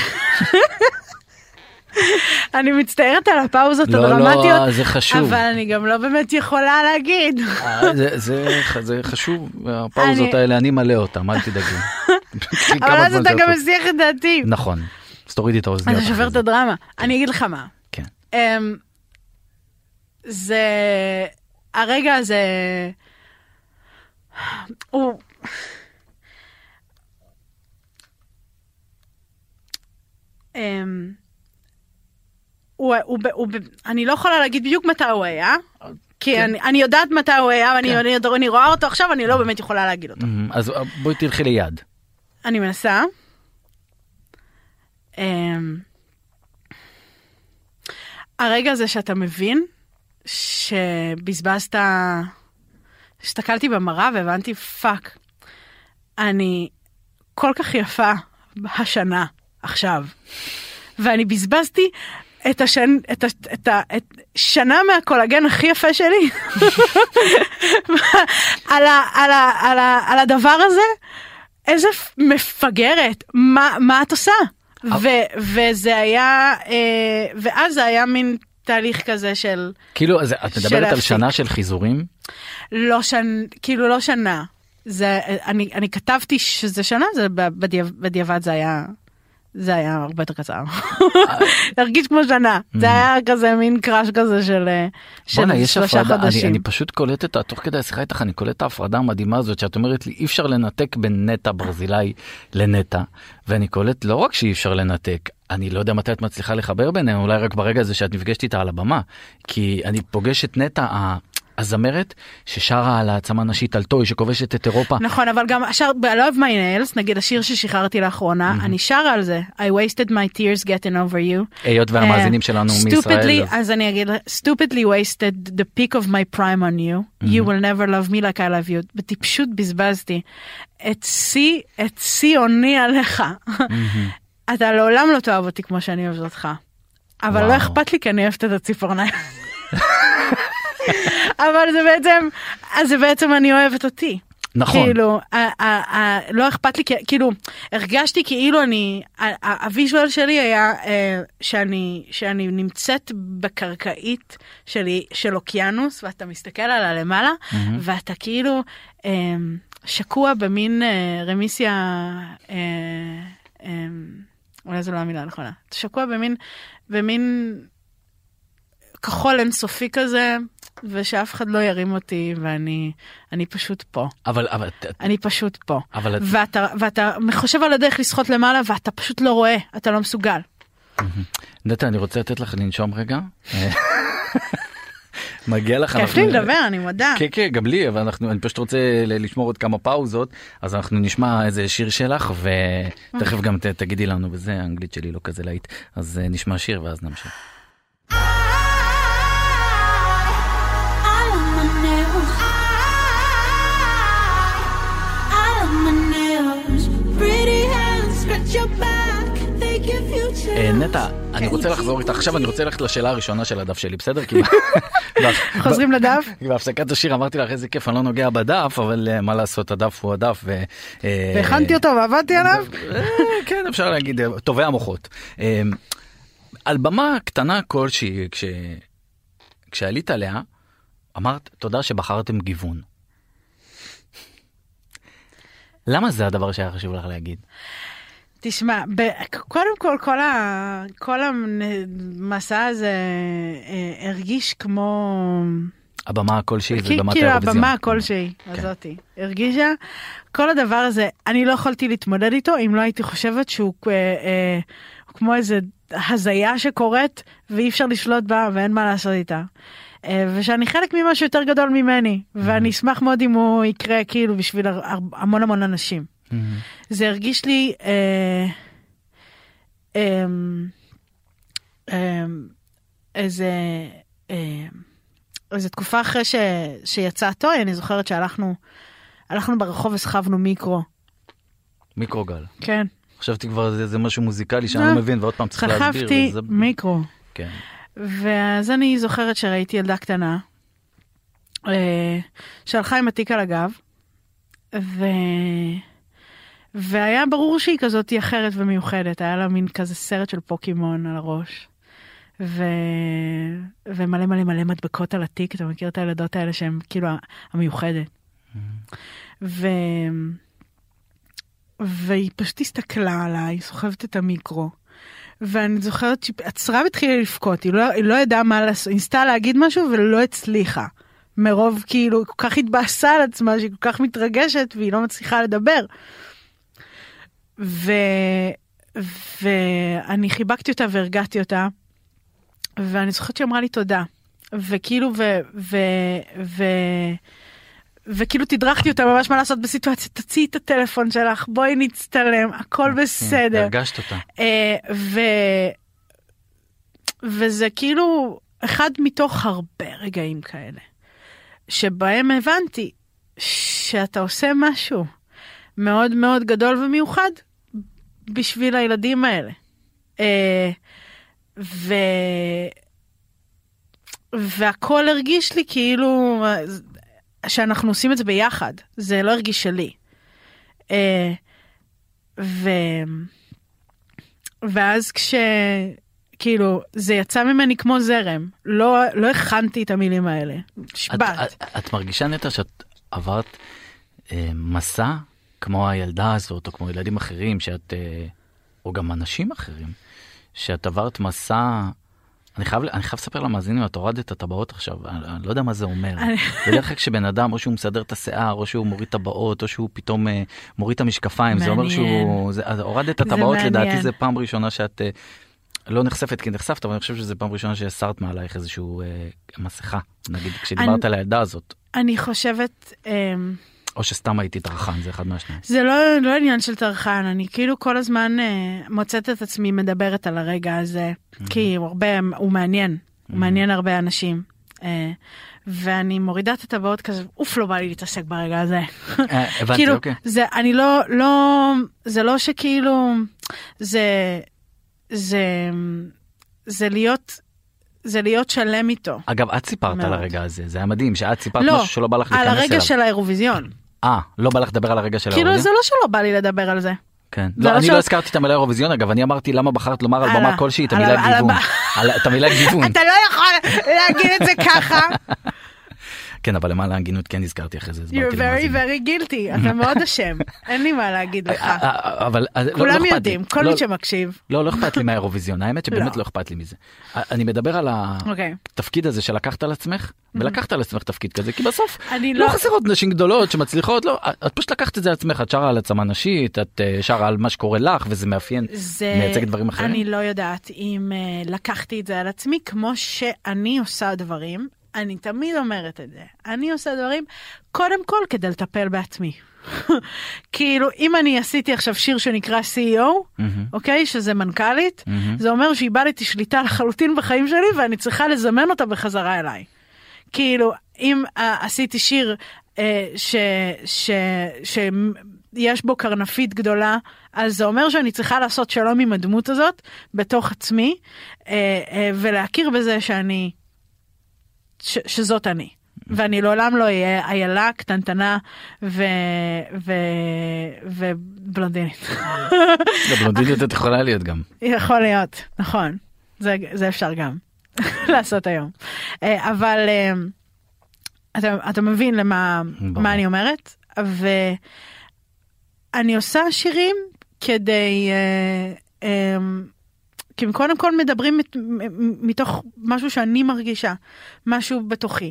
אני מצטערת על הפאוזות לא, הדרמטיות, לא, זה חשוב. אבל אני גם לא באמת יכולה להגיד. זה, זה, זה חשוב, הפאוזות אני... האלה, אני מלא אותם, אל תדאגי. אבל אז אתה גם מסיח את דעתי. נכון, אז תורידי את האוזניות. אתה שובר את הדרמה. אני אגיד לך מה. כן. זה, הרגע הזה, הוא... הוא, הוא, הוא, אני לא יכולה להגיד בדיוק מתי הוא היה, כי כן. אני, אני יודעת מתי הוא היה, ואני כן. אני, אני רואה אותו עכשיו, אני לא באמת יכולה להגיד אותו. אז בואי תלכי ליד. אני מנסה. הרגע הזה שאתה מבין, שבזבזת, הסתכלתי במראה והבנתי, פאק, אני כל כך יפה השנה, עכשיו. ואני בזבזתי את השן, את ה, את ה, את שנה מהקולגן הכי יפה שלי. על ה, על ה, על ה, על הדבר הזה, איזה מפגרת, מה, מה את עושה? ו, וזה היה, ואז זה היה מין תהליך כזה של... כאילו, אז את מדברת על שנה של חיזורים? לא שנה, כאילו לא שנה. זה, אני, אני כתבתי שזה שנה, זה בדיעבד זה היה... זה היה הרבה יותר קצר. הרגיש כמו שנה. זה היה כזה מין קראש כזה של שלושה חודשים. אני פשוט קולטת, תוך כדי השיחה איתך, אני קולט את ההפרדה המדהימה הזאת, שאת אומרת לי, אי אפשר לנתק בין נטע ברזילאי לנטע, ואני קולט לא רק שאי אפשר לנתק, אני לא יודע מתי את מצליחה לחבר ביניהם, אולי רק ברגע הזה שאת נפגשת איתה על הבמה, כי אני פוגש את נטע הזמרת ששרה על העצמה נשית על טוי שכובשת את אירופה. נכון, אבל גם שר ב- I Love My Nails, נגיד השיר ששחררתי לאחרונה, mm-hmm. אני שרה על זה. I wasted my tears getting over you. היות והמאזינים uh, שלנו מישראל. אז אני אגיד, stupidly wasted the peak of my prime on you. Mm-hmm. You will never love me like I love you. וטיפשות בזבזתי. את שיא, את שיא עוני עליך. Mm-hmm. אתה לעולם לא תאהב אותי כמו שאני אוהבת אותך. אבל לא אכפת לי כי אני אוהבת את הציפורניים. אבל זה בעצם, אז זה בעצם אני אוהבת אותי. נכון. כאילו, לא אכפת לי, כאילו, הרגשתי כאילו אני, הוויז'ואל שלי היה שאני נמצאת בקרקעית של אוקיינוס, ואתה מסתכל עליה למעלה, ואתה כאילו שקוע במין רמיסיה, אולי זו לא המילה הנכונה, אתה שקוע במין, במין כחול אינסופי כזה, ושאף אחד לא ירים אותי, ואני אני פשוט פה. אבל, אבל... אני פשוט פה. אבל... ואתה, ואתה חושב על הדרך לשחות למעלה, ואתה פשוט לא רואה, אתה לא מסוגל. נטע, אני רוצה לתת לך לנשום רגע. מגיע לך... כיף לי לדבר, אני מודה. כן, כן, גם לי, אבל אנחנו, אני פשוט רוצה לשמור עוד כמה פאוזות, אז אנחנו נשמע איזה שיר שלך, ותכף גם תגידי לנו, וזה, האנגלית שלי לא כזה להיט, אז נשמע שיר ואז נמשיך. נטע, אני רוצה לחזור איתה, עכשיו אני רוצה ללכת לשאלה הראשונה של הדף שלי, בסדר? חוזרים לדף? בהפסקת השיר אמרתי לך איזה כיף, אני לא נוגע בדף, אבל מה לעשות, הדף הוא הדף. והכנתי אותו ועבדתי עליו? כן, אפשר להגיד, טובי המוחות. על במה קטנה כלשהי, כשעלית עליה, אמרת, תודה שבחרתם גיוון. למה זה הדבר שהיה חשוב לך להגיד? תשמע, קודם כל, כל, ה, כל המסע הזה אה, הרגיש כמו... הבמה כלשהי זה במת כאילו האירוויזיון. הבמה כלשהי, הזאתי. הרגישה, כל הדבר הזה, אני לא יכולתי להתמודד איתו, אם לא הייתי חושבת שהוא אה, אה, כמו איזה הזיה שקורית, ואי אפשר לשלוט בה, ואין מה לעשות איתה. אה, ושאני חלק ממשהו יותר גדול ממני, ואני אשמח מאוד אם הוא יקרה כאילו בשביל המון המון אנשים. זה הרגיש לי אה, אה, אה, איזה אה, איזה תקופה אחרי ש, שיצא טוי, אני זוכרת שהלכנו הלכנו ברחוב וסחבנו מיקרו. מיקרוגל. כן. חשבתי כבר זה, זה משהו מוזיקלי שאני לא מבין, ועוד פעם צריך להסביר. סחבתי וזה... מיקרו. כן. ואז אני זוכרת שראיתי ילדה קטנה, אה, שהלכה עם התיק על הגב, ו... והיה ברור שהיא כזאת אחרת ומיוחדת, היה לה מין כזה סרט של פוקימון על הראש, ו... ומלא מלא מלא מדבקות על התיק, אתה מכיר את הילדות האלה שהן כאילו המיוחדת. Mm-hmm. ו... והיא פשוט הסתכלה עליי, היא סוחבת את המיקרו, ואני זוכרת שהיא עצרה והתחילה לפקות, היא לא, היא לא ידעה מה לעשות, היא ניסתה להגיד משהו ולא הצליחה, מרוב כאילו כל כך התבאסה על עצמה, שהיא כל כך מתרגשת והיא לא מצליחה לדבר. ו... ואני חיבקתי אותה והרגעתי אותה, ואני זוכרת שהיא אמרה לי תודה, וכאילו ו... ו... ו... וכאילו תדרכתי אותה ממש מה לעשות בסיטואציה, תציעי את הטלפון שלך, בואי נצטלם, הכל בסדר. הרגשת אותה. ו... וזה כאילו אחד מתוך הרבה רגעים כאלה, שבהם הבנתי שאתה עושה משהו מאוד מאוד גדול ומיוחד בשביל הילדים האלה. ו... והכל הרגיש לי כאילו שאנחנו עושים את זה ביחד. זה לא הרגיש שלי. ו... ואז כש... כאילו, זה יצא ממני כמו זרם. לא, לא הכנתי את המילים האלה. שבת. את, את, את מרגישה נטע שאת עברת אה, מסע כמו הילדה הזאת, או כמו ילדים אחרים, שאת, אה, או גם אנשים אחרים, שאת עברת מסע... אני חייב, אני חייב לספר למאזינים, את הורדת את הטבעות עכשיו, אני, אני לא יודע מה זה אומר. בדרך כלל כשבן אדם, או שהוא מסדר את השיער, או שהוא מוריד טבעות, או שהוא פתאום אה, מוריד את המשקפיים, זה אומר שהוא... זה, אז הורדת את הטבעות, לדעתי זה פעם ראשונה שאת... אה, לא נחשפת כי נחשפת, אבל אני חושב שזה פעם ראשונה שהסרת מעלייך איזשהו אה, מסכה, נגיד, כשדיברת על הילדה הזאת. אני חושבת... אה, או שסתם הייתי תרחן, זה אחד מהשניים. זה לא, לא עניין של תרחן, אני כאילו כל הזמן אה, מוצאת את עצמי מדברת על הרגע הזה, mm-hmm. כי הוא, הרבה, הוא מעניין, mm-hmm. הוא מעניין הרבה אנשים. אה, ואני מורידה את הטבעות כזה, אוף, לא בא לי להתעסק ברגע הזה. אה, הבנתי, כאילו, אוקיי. זה, אני לא, לא, זה לא שכאילו, זה... זה, זה להיות, זה להיות שלם איתו. אגב, את סיפרת על הרגע הזה, זה היה מדהים, שאת סיפרת לא, משהו שלא בא לך להיכנס אליו. על הרגע של האירוויזיון. אה, לא בא לך לדבר על הרגע של האירוויזיון? כאילו זה לא שלא בא לי לדבר על זה. כן. לא, אני לא הזכרתי את המילה אירוויזיון, אגב, אני אמרתי למה בחרת לומר על במה כלשהי את המילה גיוון. את המילה גיוון. אתה לא יכול להגיד את זה ככה. כן, אבל למעלה ההגינות כן הזכרתי אחרי זה. You're very very guilty, אתה מאוד אשם. אין לי מה להגיד לך. כולם יודעים, כל מי שמקשיב. לא, לא אכפת לי מהאירוויזיון, האמת שבאמת לא אכפת לי מזה. אני מדבר על התפקיד הזה שלקחת על עצמך, ולקחת על עצמך תפקיד כזה, כי בסוף לא חסרות נשים גדולות שמצליחות, לא, את פשוט לקחת את זה על עצמך, את שרה על עצמה נשית, את שרה על מה שקורה לך, וזה מאפיין, מייצג דברים אחרים. אני לא יודעת אם לקחתי את זה על עצמי, כמו שאני עושה דברים, אני תמיד אומרת את זה. אני עושה דברים, קודם כל, כדי לטפל בעצמי. כאילו, אם אני עשיתי עכשיו שיר שנקרא סי אי או, אוקיי, שזה מנכ"לית, זה אומר שאיבדתי שליטה לחלוטין בחיים שלי, ואני צריכה לזמן אותה בחזרה אליי. כאילו, אם עשיתי שיר שיש בו קרנפית גדולה, אז זה אומר שאני צריכה לעשות שלום עם הדמות הזאת, בתוך עצמי, ולהכיר בזה שאני ש, שזאת אני. ואני לעולם לא אהיה איילה, קטנטנה ו... ו... ובלונדינית. בלונדינית את יכולה להיות גם. יכול להיות, נכון. זה, זה אפשר גם לעשות היום. אבל אתה, אתה מבין למה מה אני אומרת? ואני עושה שירים כדי... כי קודם כל מדברים מתוך משהו שאני מרגישה, משהו בתוכי.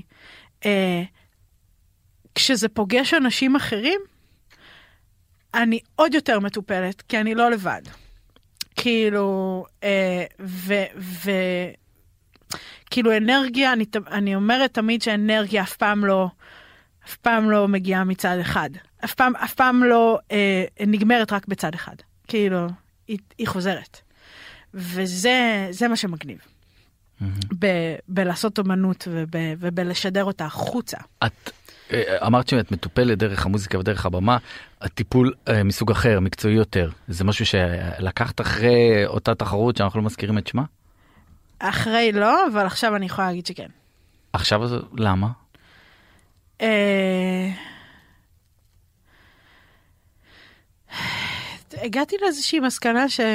כשזה פוגש אנשים אחרים, אני עוד יותר מטופלת, כי אני לא לבד. כאילו, ו... ו כאילו אנרגיה, אני, אני אומרת תמיד שאנרגיה אף פעם לא, אף פעם לא מגיעה מצד אחד. אף פעם, אף פעם לא נגמרת רק בצד אחד. כאילו, היא, היא חוזרת. וזה זה מה שמגניב. בלעשות אומנות ובלשדר אותה החוצה. את אמרת שאת מטופלת דרך המוזיקה ודרך הבמה, הטיפול מסוג אחר, מקצועי יותר, זה משהו שלקחת אחרי אותה תחרות שאנחנו לא מזכירים את שמה? אחרי לא, אבל עכשיו אני יכולה להגיד שכן. עכשיו למה? הגעתי לאיזושהי מסקנה ש...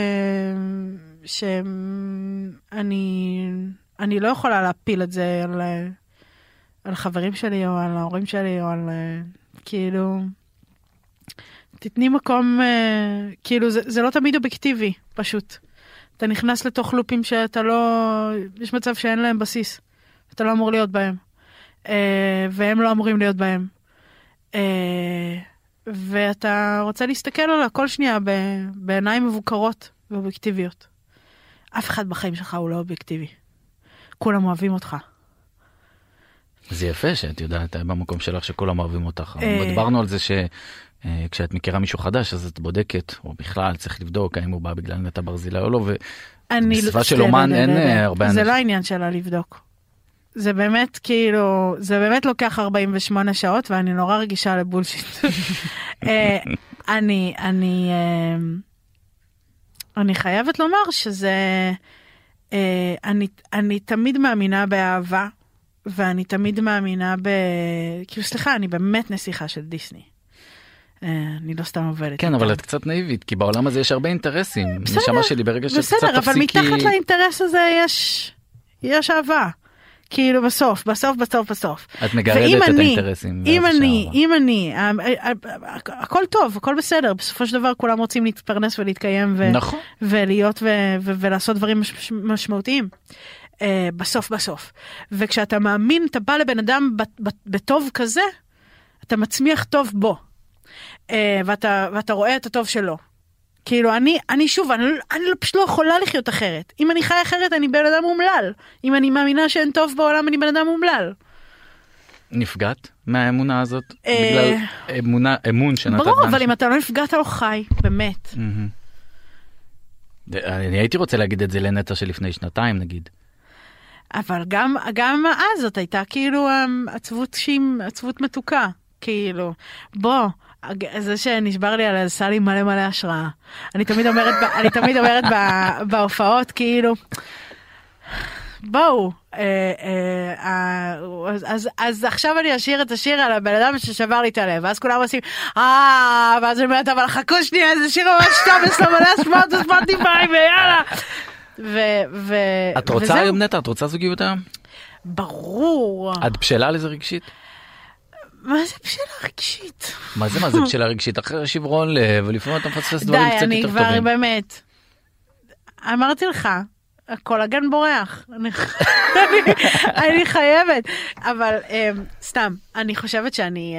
שאני אני לא יכולה להפיל את זה על, על חברים שלי או על ההורים שלי או על כאילו תתני מקום כאילו זה, זה לא תמיד אובייקטיבי פשוט. אתה נכנס לתוך לופים שאתה לא, יש מצב שאין להם בסיס. אתה לא אמור להיות בהם. והם לא אמורים להיות בהם. ואתה רוצה להסתכל עליה כל שנייה בעיניים מבוקרות ואובייקטיביות. אף אחד בחיים שלך הוא לא אובייקטיבי. כולם אוהבים אותך. זה יפה שאת יודעת במקום שלך שכולם אוהבים אותך. דיברנו על זה שכשאת מכירה מישהו חדש אז את בודקת, או בכלל צריך לבדוק האם הוא בא בגלל נטע ברזילי או לא, ובסביבה של אומן אין הרבה אנשים. זה לא העניין שלה לבדוק. זה באמת כאילו, זה באמת לוקח ארבעים ושמונה שעות, ואני נורא רגישה לבולשיט. אני, אני, אני חייבת לומר שזה, אני, אני תמיד מאמינה באהבה, ואני תמיד מאמינה ב... כאילו, סליחה, אני באמת נסיכה של דיסני. אני לא סתם עובדת. כן, אבל את קצת נאיבית, כי בעולם הזה יש הרבה אינטרסים. נשמה שלי ברגע שאת קצת תפסיקי... בסדר, אבל מתחת לאינטרס הזה יש, יש אהבה. כאילו בסוף, בסוף, בסוף, בסוף. את מגרדת את האינטרסים. אם אני, אם אני, הכל טוב, הכל בסדר. בסופו של דבר כולם רוצים להתפרנס ולהתקיים ולהיות ולעשות דברים משמעותיים. בסוף, בסוף. וכשאתה מאמין, אתה בא לבן אדם בטוב כזה, אתה מצמיח טוב בו. ואתה, ואתה רואה את הטוב שלו. כאילו, אני, אני שוב, אני, אני פשוט לא יכולה לחיות אחרת. אם אני חי אחרת, אני בן אדם מומלל. אם אני מאמינה שאין טוב בעולם, אני בן אדם מומלל. נפגעת מהאמונה הזאת? בגלל אמונה, אמון שנתת באנשים? ברור, אבל אם אתה לא נפגעת, לא חי, באמת. אני הייתי רוצה להגיד את זה לנטע שלפני שנתיים, נגיד. אבל גם, גם אז זאת הייתה כאילו עצבות שים, עצבות מתוקה. כאילו, בוא, זה שנשבר לי על עשה לי מלא מלא השראה. אני תמיד אומרת, אני תמיד אומרת בהופעות, כאילו, בואו, אז עכשיו אני אשאיר את השיר על הבן אדם ששבר לי את הלב, ואז כולם עושים, אה, ואז אני אומרת, אבל חכו שנייה, זה שיר ממש טוב, יש לו מלא שמות וספוטיפיי, ויאללה. את רוצה היום נטע? את רוצה זוגיות היום? ברור. את בשלה לזה רגשית? מה זה בשלה רגשית? מה זה מה זה בשלה רגשית? אחרי שברון לב, ולפעמים אתה מפספס דברים קצת יותר טובים. די, אני כבר באמת, אמרתי לך, הקולגן בורח, אני חייבת, אבל סתם, אני חושבת שאני,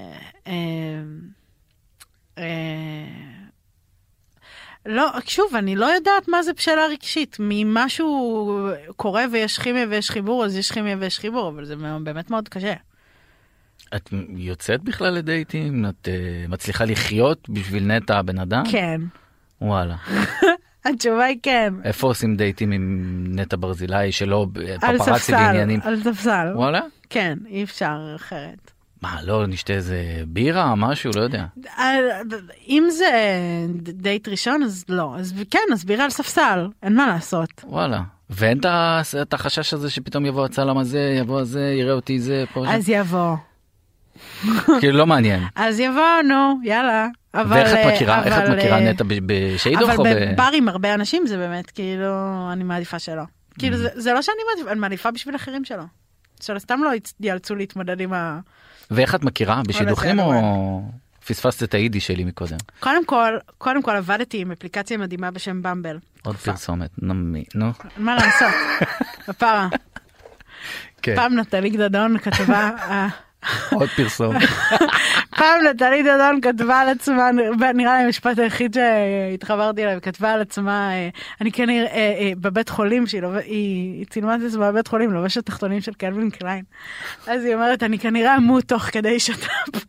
לא, שוב, אני לא יודעת מה זה בשלה רגשית, ממשהו קורה ויש כימיה ויש חיבור, אז יש כימיה ויש חיבור, אבל זה באמת מאוד קשה. את יוצאת בכלל לדייטים? את מצליחה לחיות בשביל נטע הבן אדם? כן. וואלה. התשובה היא כן. איפה עושים דייטים עם נטע ברזילי שלא פפרצי בעניינים? על ספסל. וואלה? כן, אי אפשר אחרת. מה, לא נשתה איזה בירה, משהו, לא יודע. אם זה דייט ראשון, אז לא. אז כן, אז בירה על ספסל, אין מה לעשות. וואלה. ואין את החשש הזה שפתאום יבוא הצלם הזה, יבוא הזה, יראה אותי זה פה. אז יבוא. כאילו לא מעניין. אז יבוא, נו, יאללה. ואיך את מכירה, איך את מכירה נטע בשיידוך? אבל בבר עם הרבה אנשים זה באמת, כאילו, אני מעדיפה שלא. כאילו, זה לא שאני מעדיפה, אני מעדיפה בשביל אחרים שלו. שלסתם לא יאלצו להתמודד עם ה... ואיך את מכירה? בשידוכים או פספסת את היידי שלי מקודם? קודם כל, קודם כל עבדתי עם אפליקציה מדהימה בשם במבל. עוד פרסומת, נמי, נו. מה לעשות? בפרה. פעם נטלי גדדון כתבה... עוד פרסום. פעם נטלי דדון כתבה על עצמה, נראה לי המשפט היחיד שהתחברתי אליו, כתבה על עצמה, אני כן בבית חולים, היא צילמה את עצמה בבית חולים, לובשת תחתונים של קלווין קליין. אז היא אומרת, אני כנראה אמות תוך כדי שטאפ.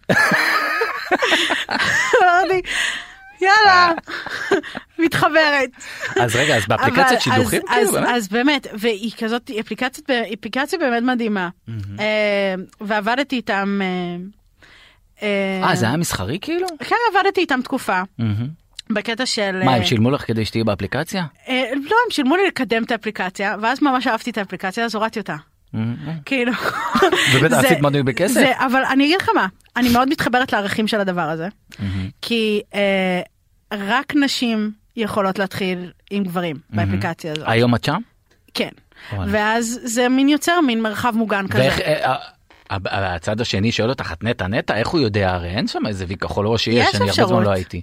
אמרתי, יאללה, מתחברת. אז רגע, אז באפליקציית שידוכים? אז באמת, והיא כזאת, אפליקציה באמת מדהימה. ועבדתי איתם... אה, זה היה מסחרי כאילו? כן, עבדתי איתם תקופה. בקטע של... מה, הם שילמו לך כדי שתהיי באפליקציה? לא, הם שילמו לי לקדם את האפליקציה, ואז ממש אהבתי את האפליקציה, אז הורדתי אותה. כאילו... ובטח עשית מנוי בכסף? אבל אני אגיד לך מה, אני מאוד מתחברת לערכים של הדבר הזה, כי רק נשים יכולות להתחיל עם גברים באפליקציה הזאת. היום את שם? כן. ואז זה מין יוצר מין מרחב מוגן כזה. הצד השני שואל אותך, את נטע נטע, איך הוא יודע? הרי אין שם איזה וי כחול ראש שיש, אני הרבה זמן לא הייתי.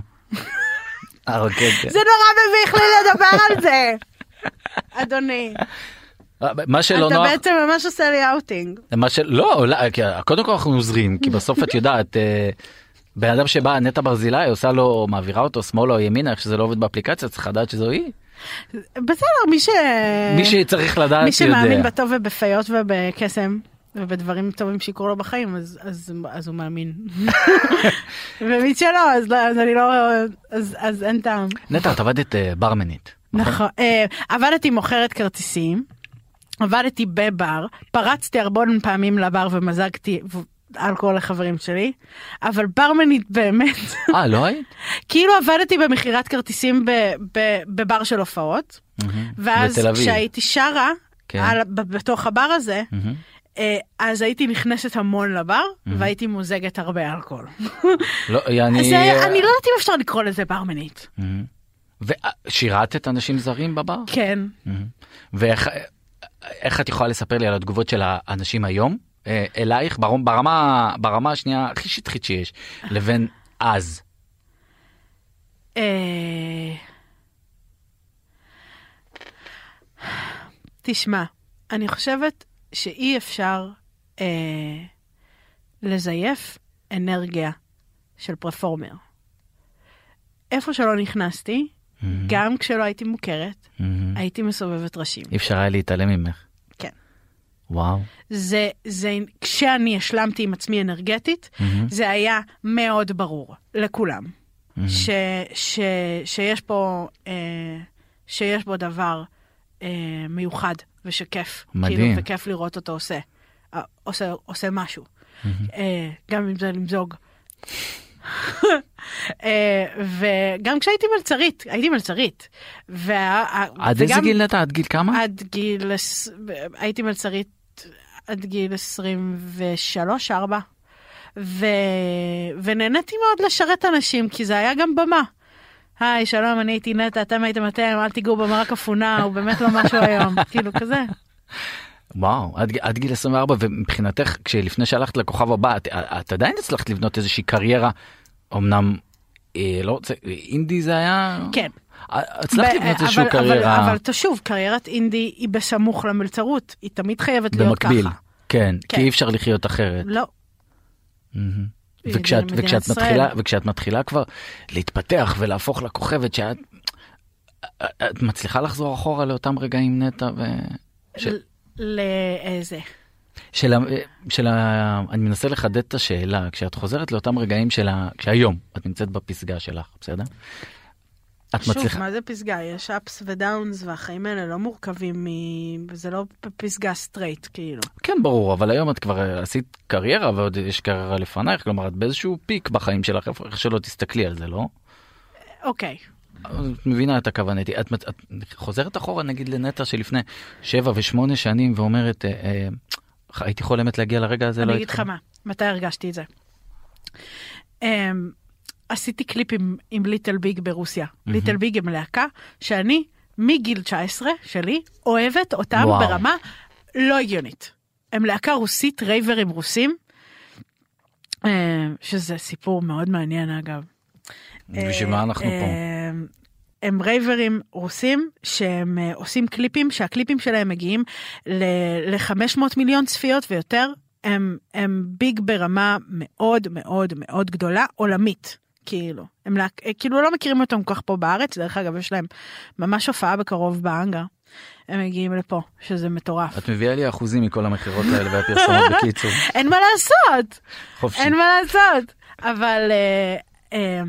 זה נורא מביך לי לדבר על זה, אדוני. מה שלא נוח... אתה בעצם ממש עושה לי אאוטינג. לא, קודם כל אנחנו עוזרים, כי בסוף את יודעת, בן אדם שבא, נטע ברזילי, עושה לו, מעבירה אותו שמאלה או ימינה, איך שזה לא עובד באפליקציה, צריך לדעת שזו היא. בסדר, מי ש... מי שצריך לדעת יודע. מי שמאמין בטוב ובפיות ובקסם, ובדברים טובים שיקרו לו בחיים, אז, אז, אז הוא מאמין. ומי שלא, אז, אז אני לא... אז, אז אין טעם. נטע, את עבדת ברמנית. נכון. עבדתי מוכרת כרטיסים, עבדתי בבר, פרצתי הרבה פעמים לבר ומזגתי אלכוהול לחברים שלי, אבל ברמנית באמת. אה, לא היית? כאילו עבדתי במכירת כרטיסים בבר של הופעות, ואז כשהייתי שרה, בתוך הבר הזה, אז הייתי נכנסת המון לבר, והייתי מוזגת הרבה אלכוהול. אני לא יודעת אם אפשר לקרוא לזה ברמנית. ושירת את אנשים זרים בבר? כן. ואיך... איך את יכולה לספר לי על התגובות של האנשים היום, אלייך, ברמה, ברמה השנייה הכי שטחית שיש, לבין אז? תשמע, אני חושבת שאי אפשר לזייף אנרגיה של פרפורמר. איפה שלא נכנסתי, גם כשלא הייתי מוכרת, הייתי מסובבת ראשים. אי אפשר היה להתעלם ממך. כן. וואו. זה, זה, כשאני השלמתי עם עצמי אנרגטית, זה היה מאוד ברור לכולם, ש, ש, שיש פה, שיש בו דבר מיוחד ושכיף. מדהים. כאילו, וכיף לראות אותו עושה, עושה, עושה משהו. גם אם זה למזוג וגם כשהייתי מלצרית, הייתי מלצרית. עד איזה גיל נטע? עד גיל כמה? עד גיל, הייתי מלצרית עד גיל עשרים ושלוש ארבע. ונהניתי מאוד לשרת אנשים, כי זה היה גם במה. היי, שלום, אני הייתי נטע, אתם הייתם אתם, אל תיגעו במרק אפונה, הוא באמת לא משהו היום, כאילו כזה. וואו, עד, עד גיל עשרים וארבע, ומבחינתך, כשלפני שהלכת לכוכב הבא, את, את עדיין הצלחת לבנות איזושהי קריירה, אמנם, אה, לא רוצה, אינדי זה היה? כן. הצלחת לבנות איזושהי קריירה. אבל, אבל תשוב, קריירת אינדי היא בסמוך למלצרות, היא תמיד חייבת להיות ככה. במקביל, כן, כן, כי אי אפשר לחיות אחרת. לא. וכשאת, וכשאת מתחילה, וכשאת מתחילה כבר להתפתח ולהפוך לכוכבת, שאת את מצליחה לחזור אחורה לאותם רגעים נטע ו... לאיזה? של, של, אני מנסה לחדד את השאלה, כשאת חוזרת לאותם רגעים של, כשהיום את נמצאת בפסגה שלך, בסדר? את שוב, מצליחה... מה זה פסגה? יש אפס ודאונס, והחיים האלה לא מורכבים, מ... זה לא פסגה סטרייט, כאילו. כן, ברור, אבל היום את כבר עשית קריירה, ועוד יש קריירה לפנייך, כלומר, את באיזשהו פיק בחיים שלך, איך שלא תסתכלי על זה, לא? אוקיי. את מבינה את הכוונתי. את, את, את חוזרת אחורה, נגיד, לנטע שלפני שבע ושמונה שנים, ואומרת, אה, אה, הייתי חולמת להגיע לרגע הזה, לא אני אגיד לך מה, מתי הרגשתי את זה? אה, עשיתי קליפ עם, עם ליטל ביג ברוסיה. Mm-hmm. ליטל ביג הם להקה שאני, מגיל תשע עשרה שלי, אוהבת אותם וואו. ברמה לא הגיונית. הם להקה רוסית, רייברים רוסים, שזה סיפור מאוד מעניין אגב. בשביל מה אנחנו פה? הם רייברים רוסים שהם עושים קליפים, שהקליפים שלהם מגיעים ל-חמש מאות מיליון צפיות ויותר. הם, הם ביג ברמה מאוד מאוד מאוד גדולה, עולמית. כאילו, הם לה, כאילו לא מכירים אותם כל כך פה בארץ, דרך אגב יש להם ממש הופעה בקרוב באנגר, הם מגיעים לפה, שזה מטורף. את מביאה לי אחוזים מכל המחירות האלה והפרסומות בקיצור. אין מה לעשות, חופשי. אין מה לעשות, אבל אה, אה,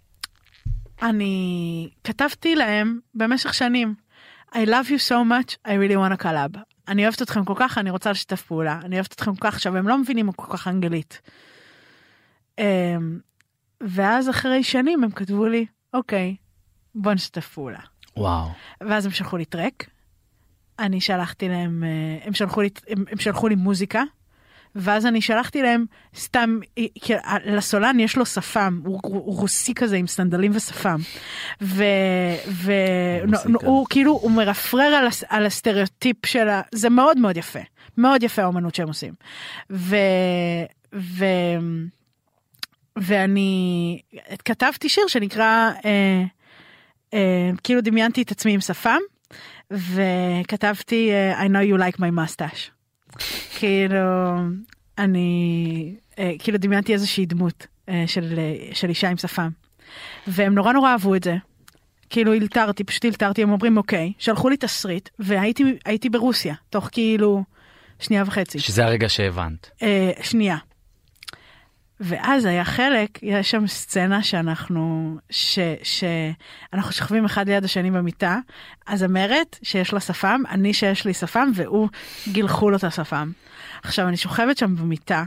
אני כתבתי להם במשך שנים, I love you so much, I really want a collab. אני אוהבת אתכם כל כך, אני רוצה לשתף פעולה, אני אוהבת אתכם כל כך, עכשיו הם לא מבינים כל כך אנגלית. אה, ואז אחרי שנים הם כתבו לי, אוקיי, בוא נשתף פעולה. וואו. ואז הם שלחו לי טרק, אני שלחתי להם, הם שלחו לי, הם, הם שלחו לי מוזיקה, ואז אני שלחתי להם סתם, כי לסולן יש לו שפם, הוא, הוא רוסי כזה עם סנדלים ושפם, והוא כאילו, הוא מרפרר על, על הסטריאוטיפ שלה, זה מאוד מאוד יפה, מאוד יפה האומנות שהם עושים. ו... ו ואני כתבתי שיר שנקרא, אה, אה, כאילו דמיינתי את עצמי עם שפם, וכתבתי I know you like my mustache. כאילו, אני, אה, כאילו דמיינתי איזושהי דמות אה, של, של אישה עם שפם. והם נורא נורא אהבו את זה. כאילו הלתרתי, פשוט הלתרתי, הם אומרים אוקיי, שלחו לי תסריט, והייתי הייתי ברוסיה, תוך כאילו שנייה וחצי. שזה הרגע שהבנת. אה, שנייה. ואז היה חלק, יש שם סצנה שאנחנו, ש, שאנחנו שוכבים אחד ליד השני במיטה, אז אמרת שיש לה שפם, אני שיש לי שפם, והוא גילחו לו את השפם. עכשיו, אני שוכבת שם במיטה,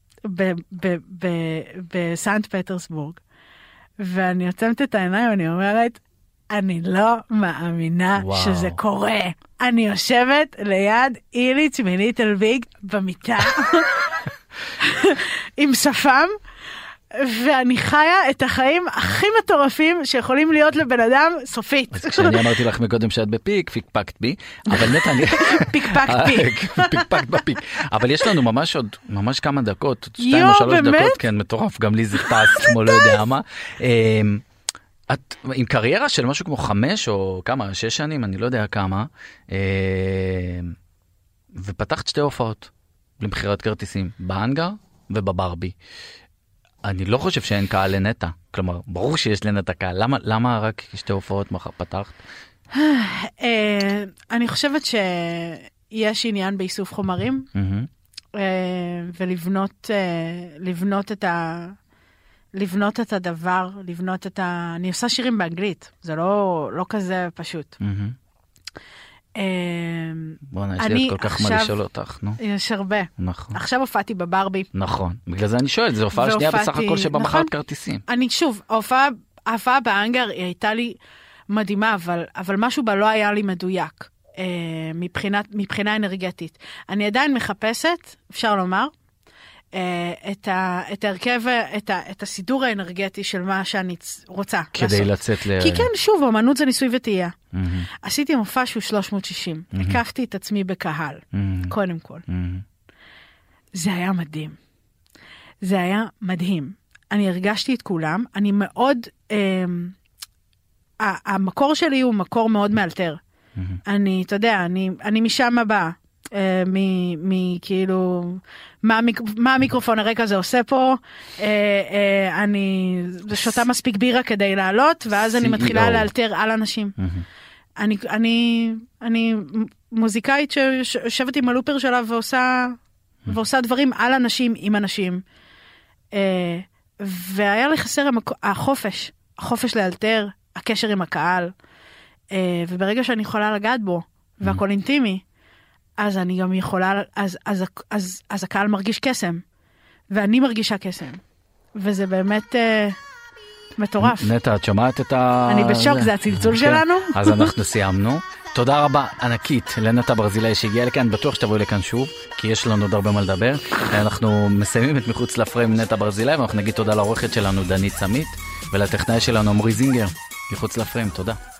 בסנט פטרסבורג, ואני עוצמת את העיניים, ואני אומרת, אני לא מאמינה וואו. שזה קורה. אני יושבת ליד איליץ' מליטל ביג במיטה, עם שפם, ואני חיה את החיים הכי מטורפים שיכולים להיות לבן אדם סופית. אז כשאני אמרתי לך מקודם שאת בפיק, פיקפקת בי, אבל נטע אני... פיקפקת בי. פיקפקת בפיק. אבל יש לנו ממש עוד, ממש כמה דקות, שתיים או שלוש דקות, כן, מטורף, גם לי זה טס, כמו לא יודע מה. את עם קריירה של משהו כמו חמש או כמה, שש שנים, אני לא יודע כמה, ופתחת שתי הופעות למחירת כרטיסים, באנגר ובברבי. אני לא חושב שאין קהל לנטע, כלומר, ברור שיש לנטע קהל, למה, למה רק שתי הופעות פתחת? אני חושבת שיש עניין באיסוף חומרים, ולבנות לבנות את ה... לבנות את הדבר, לבנות את ה... אני עושה שירים באנגלית, זה לא, לא כזה פשוט. בוא'נה, יש לי כל כך מה לשאול אותך, נו. יש הרבה. נכון. עכשיו הופעתי בברבי. נכון. בגלל זה אני שואל, זו הופעה שנייה בסך הכל שבה מכרת כרטיסים. אני שוב, ההופעה באנגר היא הייתה לי מדהימה, אבל משהו בה לא היה לי מדויק, מבחינה אנרגטית. אני עדיין מחפשת, אפשר לומר, את ההרכב, את הסידור האנרגטי של מה שאני רוצה לעשות. כדי לצאת ל... כי כן, שוב, אמנות זה ניסוי וטעייה. עשיתי מופע שהוא שלוש מאות שישים. הקפתי את עצמי בקהל, קודם כל. זה היה מדהים. זה היה מדהים. אני הרגשתי את כולם. אני מאוד... המקור שלי הוא מקור מאוד מאלתר. אני, אתה יודע, אני משם הבאה. מכאילו מה המיקרופון הרקע הזה עושה פה, אני שותה מספיק בירה כדי לעלות, ואז אני מתחילה לאלתר על אנשים. אני מוזיקאית שיושבת עם הלופר שלה ועושה דברים על אנשים עם אנשים, והיה לי חסר החופש, החופש לאלתר, הקשר עם הקהל, וברגע שאני יכולה לגעת בו והכל אינטימי, אז אני גם יכולה, אז, אז, אז, אז הקהל מרגיש קסם, ואני מרגישה קסם, וזה באמת אה, מטורף. נטע, את שומעת את ה... אני בשוק, זה הצלצול שלנו. אז אנחנו סיימנו. תודה רבה ענקית לנטע ברזילי שהגיעה לכאן, בטוח שתבואי לכאן שוב, כי יש לנו עוד הרבה מה לדבר. אנחנו מסיימים את מחוץ לפריים נטע ברזילי, ואנחנו נגיד תודה לעורכת שלנו דנית סמית, ולטכנאי שלנו עמרי זינגר, מחוץ לפריים, תודה.